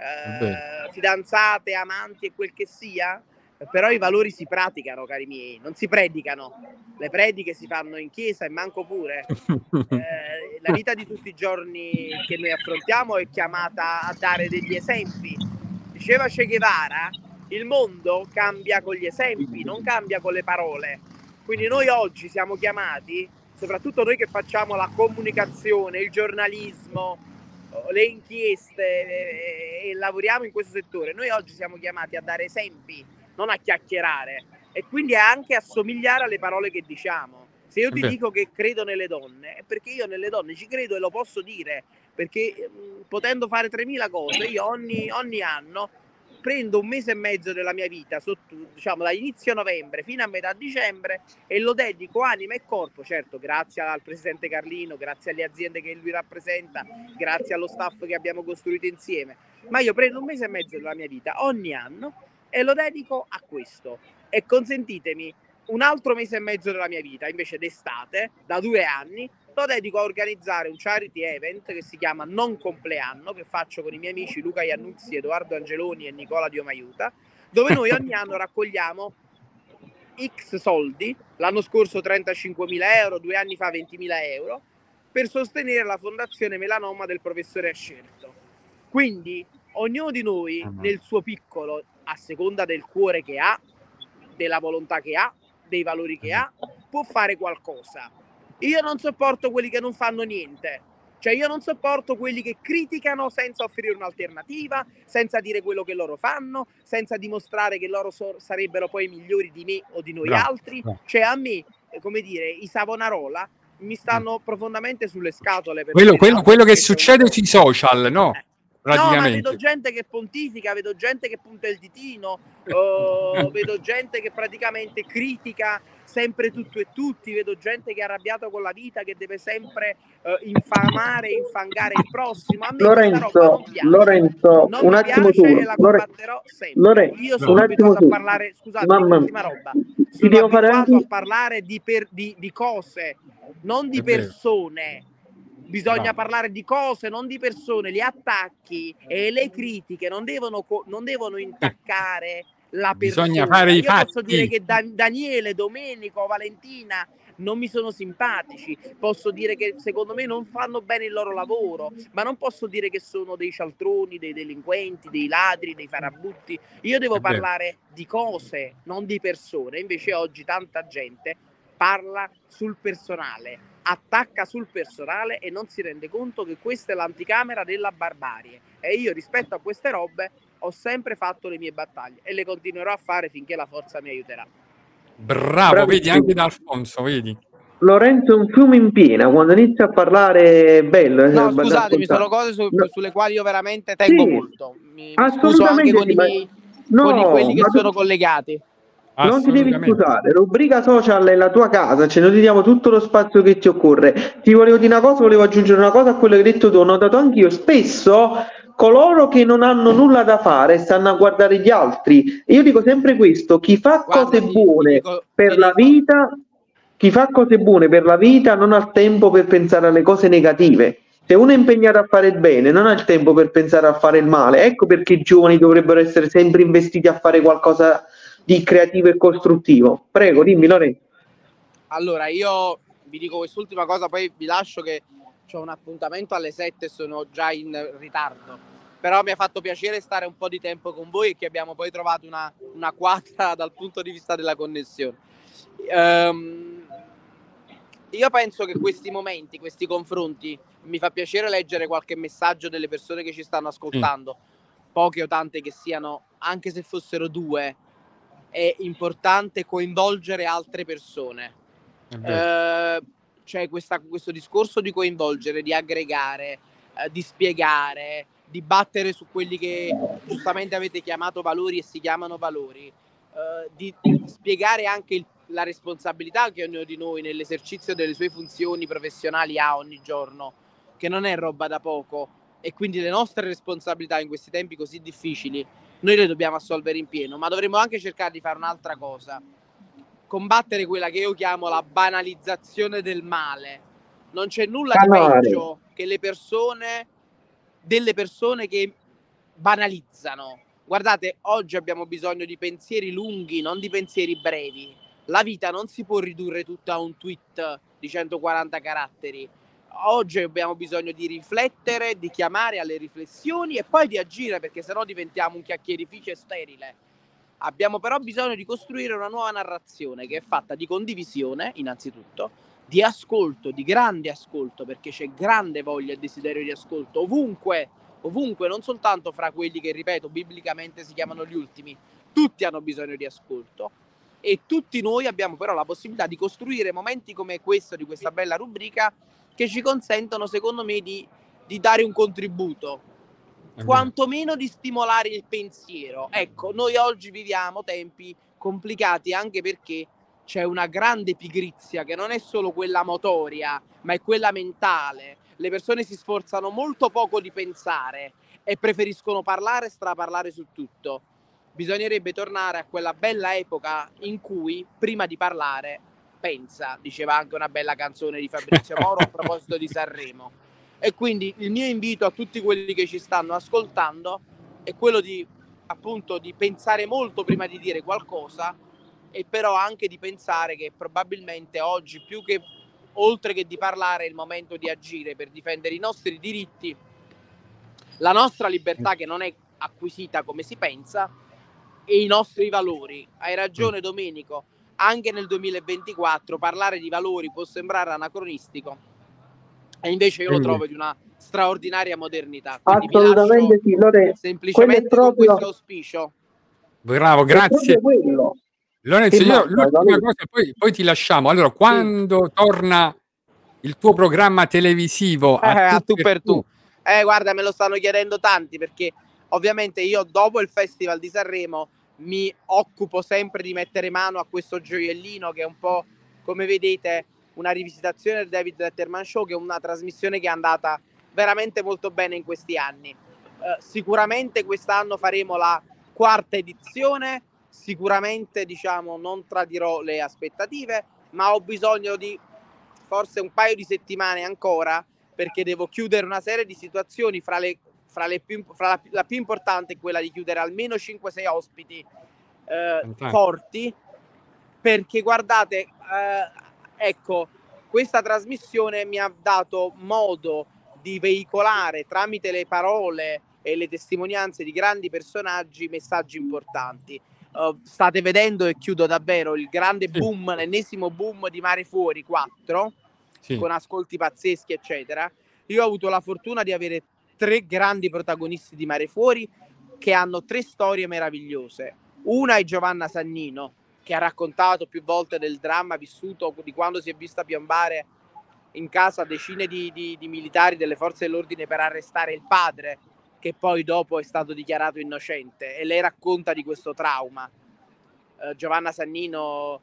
eh, fidanzate, amanti e quel che sia, però i valori si praticano, cari miei, non si predicano. Le prediche si fanno in chiesa e manco pure. Eh, la vita di tutti i giorni che noi affrontiamo è chiamata a dare degli esempi. Diceva Che Guevara, il mondo cambia con gli esempi, non cambia con le parole. Quindi noi oggi siamo chiamati, soprattutto noi che facciamo la comunicazione, il giornalismo, le inchieste e, e lavoriamo in questo settore, noi oggi siamo chiamati a dare esempi, non a chiacchierare, e quindi anche a somigliare alle parole che diciamo. Se io ti dico che credo nelle donne, è perché io nelle donne ci credo e lo posso dire, perché mh, potendo fare tremila cose, io ogni, ogni anno prendo un mese e mezzo della mia vita, sotto, diciamo da inizio novembre fino a metà dicembre, e lo dedico anima e corpo, certo grazie al presidente Carlino, grazie alle aziende che lui rappresenta, grazie allo staff che abbiamo costruito insieme, ma io prendo un mese e mezzo della mia vita ogni anno e lo dedico a questo. E consentitemi, un altro mese e mezzo della mia vita invece d'estate, da due anni, lo dedico a organizzare un charity event che si chiama Non Compleanno, che faccio con i miei amici Luca Iannuzzi, Edoardo Angeloni e Nicola Diomaiuta, dove noi ogni anno raccogliamo X soldi, l'anno scorso trentacinquemila euro, due anni fa ventimila euro, per sostenere la fondazione Melanoma del professore Ascerto. Quindi ognuno di noi nel suo piccolo, a seconda del cuore che ha, della volontà che ha, dei valori che ha, può fare qualcosa. Io non sopporto quelli che non fanno niente, cioè io non sopporto quelli che criticano senza offrire un'alternativa, senza dire quello che loro fanno, senza dimostrare che loro so- sarebbero poi migliori di me o di noi Bravo, altri. bravo. Cioè a me, come dire, i Savonarola mi stanno mm. profondamente sulle scatole. Quello, quello, quello che succede sui social, no? Eh. Praticamente. No, ma vedo gente che pontifica, vedo gente che punta il ditino, uh, vedo gente che praticamente critica sempre tutto e tutti, vedo gente che è arrabbiata con la vita, che deve sempre uh, infamare e infangare il prossimo. A me Lorenzo, questa roba non piace. Lorenzo, non un mi attimo piace tu. e la Lore- combatterò sempre. Lore- Io un sono attimo abituato tu. a parlare, scusate, Mamma, l'ultima roba. ti Sono devo fare abituato anche... a parlare di, per, di, di cose, non di È vero. persone. Bisogna No. parlare di cose, non di persone. Gli attacchi e le critiche non devono, co- non devono intaccare la persona. Bisogna fare i Io fatti. posso dire che Da- Daniele, Domenico, Valentina non mi sono simpatici, posso dire che secondo me non fanno bene il loro lavoro, ma non posso dire che sono dei cialtroni, dei delinquenti, dei ladri, dei farabutti. Io devo È vero. parlare di cose, non di persone. Invece oggi tanta gente parla sul personale, attacca sul personale e non si rende conto che questa è l'anticamera della barbarie. E io rispetto a queste robe ho sempre fatto le mie battaglie e le continuerò a fare finché la forza mi aiuterà. Bravo, Bravissimo. vedi anche da Alfonso, vedi. Lorenzo è un fiume in piena, quando inizia a parlare è bello. No, eh, scusatemi, da sono cose su- No. sulle quali io veramente tengo Sì, molto. Mi, mi scuso anche assolutamente con sì, i ma- miei, no, con i- quelli che ma tu- sono collegati. Non ti devi Assolutamente. scusare, rubrica social è la tua casa, ce ne diamo tutto lo spazio che ti occorre. Ti volevo dire una cosa, volevo aggiungere una cosa a quello che hai detto tu, ho notato anch'io, spesso coloro che non hanno nulla da fare stanno a guardare gli altri. E io dico sempre questo, chi fa Guarda, cose ti- ti buone dico- per ti la dico- vita, chi fa cose buone per la vita non ha il tempo per pensare alle cose negative. Se uno è impegnato a fare il bene, non ha il tempo per pensare a fare il male. Ecco perché i giovani dovrebbero essere sempre investiti a fare qualcosa di creativo e costruttivo. Prego, dimmi Lorenzo. Allora, io vi dico quest'ultima cosa, poi vi lascio che ho un appuntamento alle sette e sono già in ritardo. Però mi ha fatto piacere stare un po' di tempo con voi e che abbiamo poi trovato una, una quadra dal punto di vista della connessione. Ehm, io penso che questi momenti, questi confronti, mi fa piacere leggere qualche messaggio delle persone che ci stanno ascoltando, poche o tante che siano, anche se fossero due. È importante coinvolgere altre persone. È vero. Eh, c'è questa, questo discorso di coinvolgere, di aggregare, eh, di spiegare, di battere su quelli che giustamente avete chiamato valori e si chiamano valori, eh, di spiegare anche il, la responsabilità che ognuno di noi nell'esercizio delle sue funzioni professionali ha ogni giorno, che non è roba da poco, e quindi le nostre responsabilità in questi tempi così difficili noi le dobbiamo assolvere in pieno, ma dovremmo anche cercare di fare un'altra cosa: combattere quella che io chiamo la banalizzazione del male. Non c'è nulla di Canale. peggio che le persone, delle persone che banalizzano. Guardate, oggi abbiamo bisogno di pensieri lunghi, non di pensieri brevi. La vita non si può ridurre tutta a un tweet di centoquaranta caratteri. Oggi abbiamo bisogno di riflettere, di chiamare alle riflessioni e poi di agire, perché sennò diventiamo un chiacchierificio sterile. Abbiamo però bisogno di costruire una nuova narrazione che è fatta di condivisione, innanzitutto, di ascolto, di grande ascolto, perché c'è grande voglia e desiderio di ascolto ovunque, ovunque, non soltanto fra quelli che, ripeto, biblicamente si chiamano gli ultimi. Tutti hanno bisogno di ascolto e tutti noi abbiamo però la possibilità di costruire momenti come questo, di questa bella rubrica, che ci consentono, secondo me, di, di dare un contributo, quantomeno di stimolare il pensiero. Ecco, noi oggi viviamo tempi complicati anche perché c'è una grande pigrizia che non è solo quella motoria, ma è quella mentale. Le persone si sforzano molto poco di pensare e preferiscono parlare e straparlare su tutto. Bisognerebbe tornare a quella bella epoca in cui, prima di parlare, pensa, diceva anche una bella canzone di Fabrizio Moro a proposito di Sanremo. E quindi il mio invito a tutti quelli che ci stanno ascoltando è quello di, appunto, di pensare molto prima di dire qualcosa, e però anche di pensare che probabilmente oggi, più che oltre che di parlare, è il momento di agire per difendere i nostri diritti, la nostra libertà che non è acquisita come si pensa, e i nostri valori. Hai ragione Domenico, anche nel duemilaventiquattro parlare di valori può sembrare anacronistico, e invece io lo trovo di una straordinaria modernità. Quindi assolutamente sì, Lore, semplicemente proprio... con questo auspicio. Bravo, grazie Lorenzo. Io l'ultima cosa, poi, poi ti lasciamo. Allora, quando sì. torna il tuo programma televisivo a, eh, tu, a tu per tu, tu. Eh, guarda, me lo stanno chiedendo tanti, perché ovviamente io dopo il Festival di Sanremo mi occupo sempre di mettere mano a questo gioiellino che è un po', come vedete, una rivisitazione del David Letterman Show, che è una trasmissione che è andata veramente molto bene in questi anni. Eh, sicuramente quest'anno faremo la quarta edizione, sicuramente, diciamo, non tradirò le aspettative, ma ho bisogno di forse un paio di settimane ancora, perché devo chiudere una serie di situazioni, fra le fra le più, fra la, la più importante è quella di chiudere almeno cinque sei ospiti eh, forti, perché guardate, eh, ecco, questa trasmissione mi ha dato modo di veicolare tramite le parole e le testimonianze di grandi personaggi messaggi importanti. Uh, state vedendo, e chiudo davvero, il grande boom, l'ennesimo boom di Mare Fuori quattro, sì. con ascolti pazzeschi eccetera. Io ho avuto la fortuna di avere tre grandi protagonisti di Mare Fuori che hanno tre storie meravigliose. Una è Giovanna Sannino, che ha raccontato più volte del dramma vissuto di quando si è vista piombare in casa decine di, di, di militari delle forze dell'ordine per arrestare il padre, che poi dopo è stato dichiarato innocente, e lei racconta di questo trauma. Uh, Giovanna Sannino,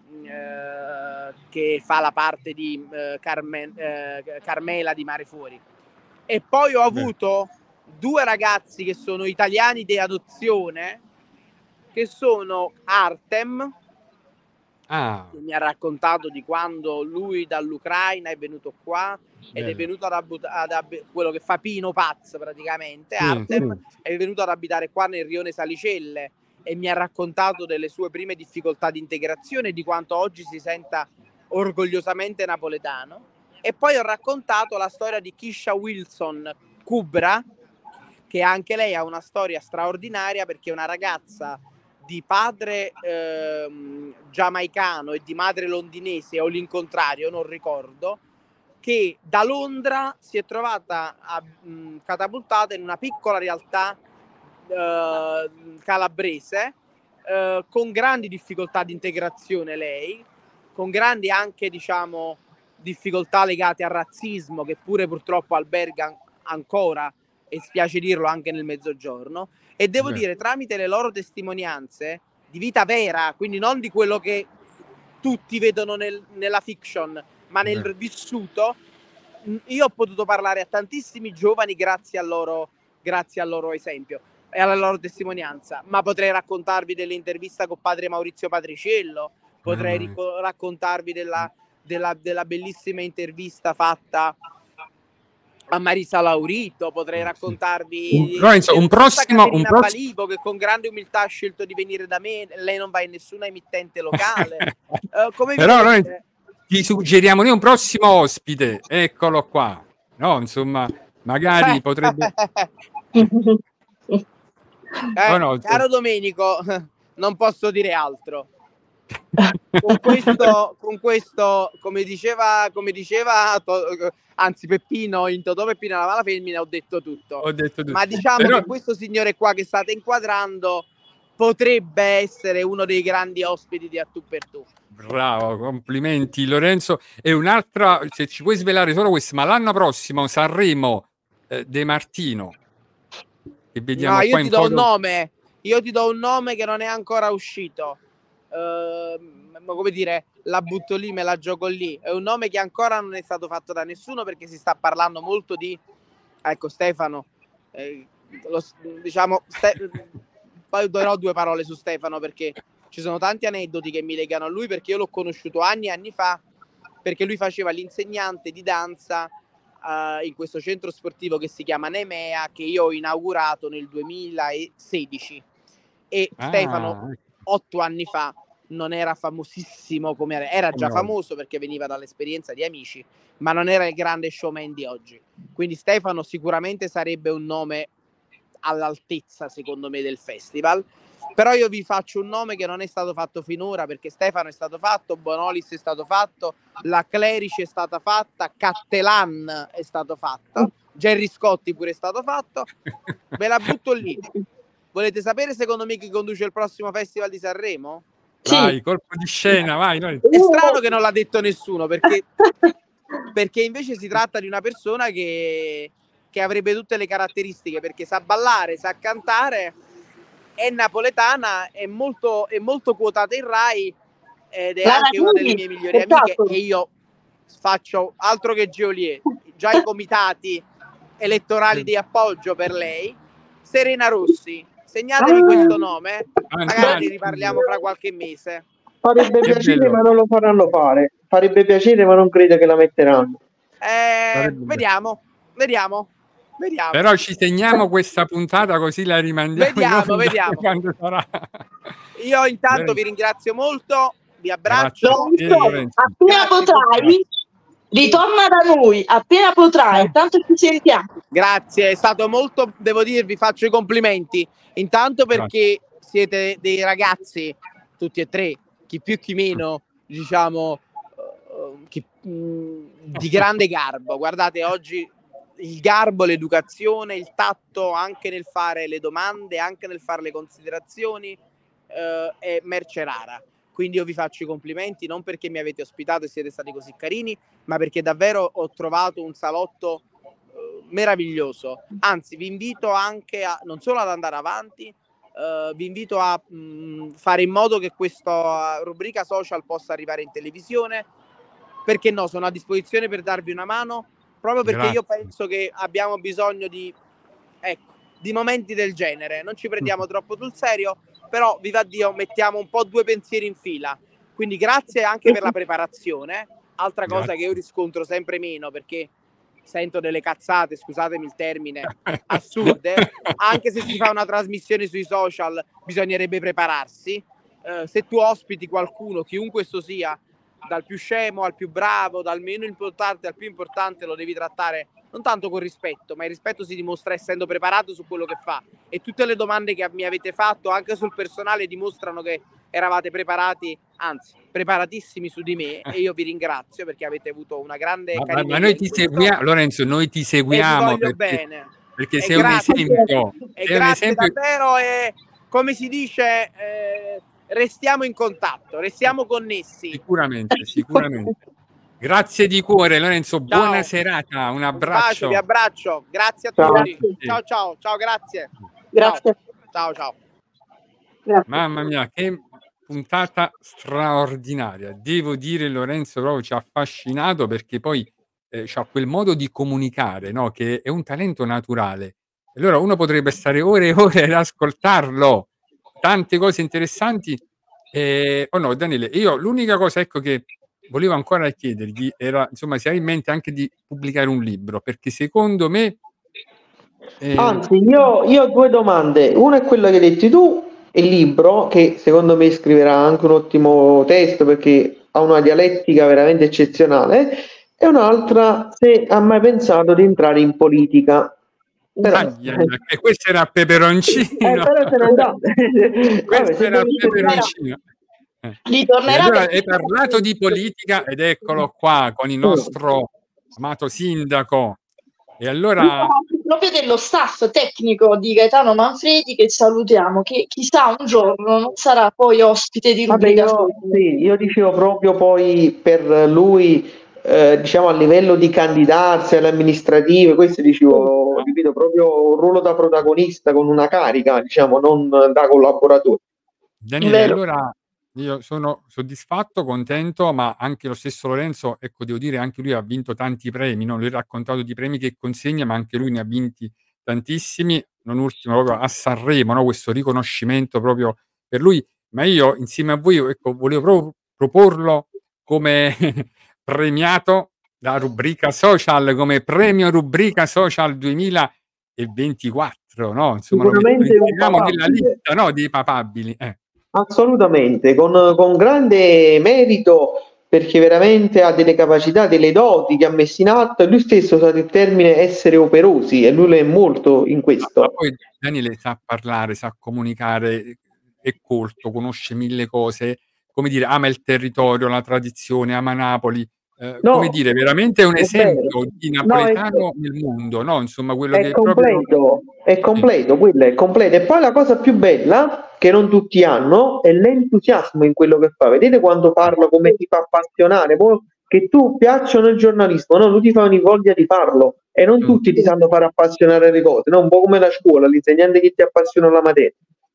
uh, che fa la parte di uh, Carmen, uh, Carmela di Mare Fuori. E poi ho avuto Beh. due ragazzi che sono italiani di adozione, che sono Artem, ah. che mi ha raccontato di quando lui dall'Ucraina è venuto qua Beh. ed è venuto ad, ab- ad ab- quello che fa Pino Paz praticamente, sì, Artem, sì. è venuto ad abitare qua nel Rione Salicelle e mi ha raccontato delle sue prime difficoltà di integrazione e di quanto oggi si senta orgogliosamente napoletano. E poi ho raccontato la storia di Kisha Wilson Kubra, che anche lei ha una storia straordinaria, perché è una ragazza di padre ehm, giamaicano e di madre londinese, o l'incontrario, non ricordo, che da Londra si è trovata a, mh, catapultata in una piccola realtà eh, calabrese, eh, con grandi difficoltà di integrazione lei, con grandi anche, diciamo, difficoltà legate al razzismo, che pure purtroppo alberga ancora, e spiace dirlo, anche nel Mezzogiorno. E devo Beh. dire, tramite le loro testimonianze di vita vera, quindi non di quello che tutti vedono nel, nella fiction, ma nel Beh. vissuto, io ho potuto parlare a tantissimi giovani grazie al loro, grazie al loro esempio e alla loro testimonianza. Ma potrei raccontarvi dell'intervista con padre Maurizio Patriciello, potrei ah, ric- raccontarvi della Della, della bellissima intervista fatta a Marisa Laurito, potrei raccontarvi un, Lorenzo, un prossimo un prossimo Balivo, che con grande umiltà ha scelto di venire da me. Lei non va in nessuna emittente locale. uh, come Però Lorenzo, ti suggeriamo noi un prossimo ospite, eccolo qua, no, insomma, magari potrebbe eh, oh no, caro Domenico, non posso dire altro. con questo, con questo come diceva, come diceva to, anzi Peppino in Totò Peppino la mala femmina, ho detto tutto. Ho detto tutto. Ma diciamo Però... che questo signore qua che state inquadrando potrebbe essere uno dei grandi ospiti di A Tu per Tu. Bravo, complimenti Lorenzo. E un'altra, se ci puoi svelare solo questo, ma l'anno prossimo Sanremo eh, De Martino, che vediamo no, io qua ti in do foto. un nome, io ti do un nome che non è ancora uscito. Uh, come dire, la butto lì, me la gioco lì. È un nome che ancora non è stato fatto da nessuno, perché si sta parlando molto di, ecco, Stefano. Eh, lo, diciamo, Ste- poi darò due parole su Stefano, perché ci sono tanti aneddoti che mi legano a lui, perché io l'ho conosciuto anni e anni fa, perché lui faceva l'insegnante di danza uh, in questo centro sportivo che si chiama Nemea, che io ho inaugurato nel duemilasedici. E Ah, Stefano otto anni fa non era famosissimo come era, era già famoso perché veniva dall'esperienza di Amici, ma non era il grande showman di oggi. Quindi Stefano sicuramente sarebbe un nome all'altezza, secondo me, del festival. Però io vi faccio un nome che non è stato fatto finora, perché Stefano è stato fatto, Bonolis è stato fatto, la Clerici è stata fatta, Cattelan è stato fatto, Gerry Scotti pure è stato fatto. Ve la butto lì. Volete sapere secondo me chi conduce il prossimo Festival di Sanremo? Vai, sì. Colpo di scena, vai. Noi. È strano che non l'ha detto nessuno, perché, perché invece si tratta di una persona che, che avrebbe tutte le caratteristiche, perché sa ballare, sa cantare, è napoletana, è molto, è molto quotata in Rai ed è Lara anche una delle mie migliori amiche, esatto. e io faccio altro che Geolier, già i comitati elettorali di appoggio per lei. Serena Rossi, segnatevi ah, questo nome, magari ne riparliamo fra qualche mese. Farebbe piacere, ma non lo faranno fare. Farebbe piacere, ma non credo che la metteranno. Eh, vediamo, vediamo, vediamo. Però ci segniamo questa puntata, così la rimandiamo. Vediamo, vediamo. Quando sarà. Io intanto Bene. vi ringrazio molto, vi abbraccio. Lorenzo, appena Grazie potrai, ritorna da noi, appena potrai, eh. tanto ci sentiamo. Grazie, è stato molto, devo dirvi, faccio i complimenti. Intanto perché Grazie. siete dei ragazzi, tutti e tre, chi più chi meno, diciamo, uh, chi, mh, di grande garbo. Guardate, oggi il garbo, l'educazione, il tatto anche nel fare le domande, anche nel fare le considerazioni, uh, è merce rara. Quindi io vi faccio i complimenti, non perché mi avete ospitato e siete stati così carini, ma perché davvero ho trovato un salotto uh, meraviglioso. Anzi, vi invito anche a, non solo ad andare avanti, uh, vi invito a mh, fare in modo che questa rubrica social possa arrivare in televisione. Perché no, sono a disposizione per darvi una mano, proprio perché Grazie. io penso che abbiamo bisogno di, ecco, di momenti del genere. Non ci prendiamo troppo sul serio, però viva Dio, mettiamo un po' due pensieri in fila. Quindi grazie anche per la preparazione, altra cosa grazie. che io riscontro sempre meno, perché sento delle cazzate, scusatemi il termine, assurde. Anche se si fa una trasmissione sui social bisognerebbe prepararsi. Uh, se tu ospiti qualcuno, chiunque esso sia, dal più scemo al più bravo, dal meno importante al più importante, lo devi trattare non tanto con rispetto, ma il rispetto si dimostra essendo preparato su quello che fa. E tutte le domande che mi avete fatto anche sul personale dimostrano che eravate preparati, anzi preparatissimi su di me, e io vi ringrazio perché avete avuto una grande ma, ma, ma noi ti seguiamo, Lorenzo, noi ti seguiamo e vi voglio perché, bene perché e sei grazie, un esempio e sei grazie un esempio... davvero, e come si dice, eh, restiamo in contatto, restiamo connessi. Sicuramente, sicuramente. Grazie di cuore Lorenzo, ciao. Buona serata, un abbraccio. Un bacio, vi abbraccio, grazie a ciao. tutti. Ciao ciao, ciao, grazie. Grazie. Ciao ciao. Grazie. Mamma mia, che puntata straordinaria. Devo dire, Lorenzo proprio ci ha affascinato, perché poi eh, c'ha quel modo di comunicare, no? Che è un talento naturale. Allora uno potrebbe stare ore e ore ad ascoltarlo. Tante cose interessanti. Eh, oh no, Daniele, io l'unica cosa, ecco, che volevo ancora chiedergli era, insomma, se hai in mente anche di pubblicare un libro, perché secondo me eh... anzi io, io ho due domande. Una è quella che hai detto tu, il libro, che secondo me scriverà anche un ottimo testo perché ha una dialettica veramente eccezionale, e un'altra, se ha mai pensato di entrare in politica. Però... Ah, e questo era peperoncino. Eh, però se ne andate. Questo Vabbè, era peperoncino. Eh. E Ritornerà allora perché hai parlato di politica ed eccolo qua con il nostro amato sindaco. E allora proprio dello staff tecnico di Gaetano Manfredi, che salutiamo, che chissà un giorno non sarà poi ospite di Vabbè, Rubrica io, Social. sì, io dicevo proprio poi per lui, eh, diciamo a livello di candidarsi alle amministrative, questo dicevo, ripeto, proprio un ruolo da protagonista con una carica, diciamo, non da collaboratore. Daniele, Vero. allora io sono soddisfatto, contento, ma anche lo stesso Lorenzo, ecco, devo dire, anche lui ha vinto tanti premi, no? Lui ha raccontato di premi che consegna, ma anche lui ne ha vinti tantissimi, non ultimo proprio a Sanremo, no? Questo riconoscimento proprio per lui, ma io insieme a voi, ecco, volevo proprio proporlo come premiato da Rubrica Social, come premio Rubrica Social duemilaventiquattro, no? Insomma, lo, met- lo Sicuramente un inseriamo nella papabile. lista, no? Dei papabili. Eh. Assolutamente, con, con grande merito perché veramente ha delle capacità, delle doti che ha messo in atto e lui stesso usa il termine essere operosi e lui lo è molto in Ma, ma questo. poi Daniele sa parlare, sa comunicare, è colto, conosce mille cose, come dire, ama il territorio, la tradizione, ama Napoli. Eh, come No, dire, veramente è un è vero. esempio di No, è, napoletano nel mondo, no? Insomma, quello è che proprio. completo, è Sì. completo, quello è completo. E poi la cosa più bella, che non tutti hanno, è l'entusiasmo in quello che fa. Vedete quando parla, come ti fa appassionare, poi che tu piacciono il giornalismo, no? Lui ti fa ogni voglia di farlo e non Mm. tutti ti sanno fare appassionare le cose, no? Un po' come la scuola, l'insegnante che ti appassiona la materia.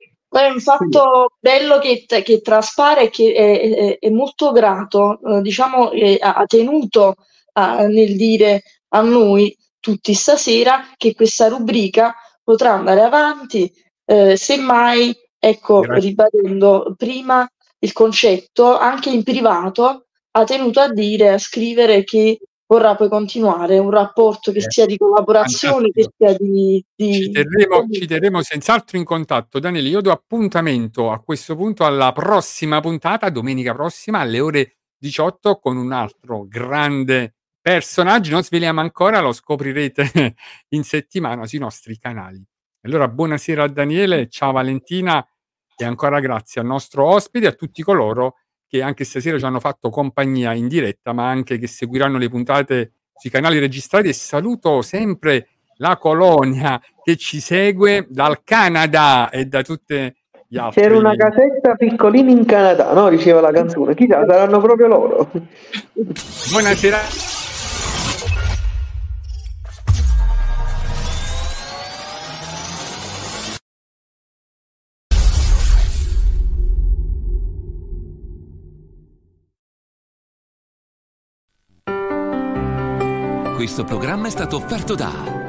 È un fatto bello che, che traspare e che è, è, è molto grato, eh, diciamo, eh, ha tenuto a, nel dire a noi tutti stasera che questa rubrica potrà andare avanti, eh, semmai, ecco, Grazie. ribadendo prima il concetto, anche in privato ha tenuto a dire, a scrivere che vorrà poi continuare un rapporto che Eh, sia di collaborazione, che fantastico. sia di... Ci di... terremo, ci terremo senz'altro in contatto. Daniele, io do appuntamento a questo punto alla prossima puntata, domenica prossima alle ore diciotto, con un altro grande personaggio. Non sveliamo ancora, lo scoprirete in settimana sui nostri canali. Allora, buonasera a Daniele, ciao Valentina e ancora grazie al nostro ospite e a tutti coloro che anche stasera ci hanno fatto compagnia in diretta, ma anche che seguiranno le puntate sui canali registrati. E saluto sempre la colonia che ci segue dal Canada e da tutte gli C'era una altri. casetta piccolina in Canada, no? Diceva la canzone. Chissà, saranno proprio loro. Buonasera. Questo programma è stato offerto da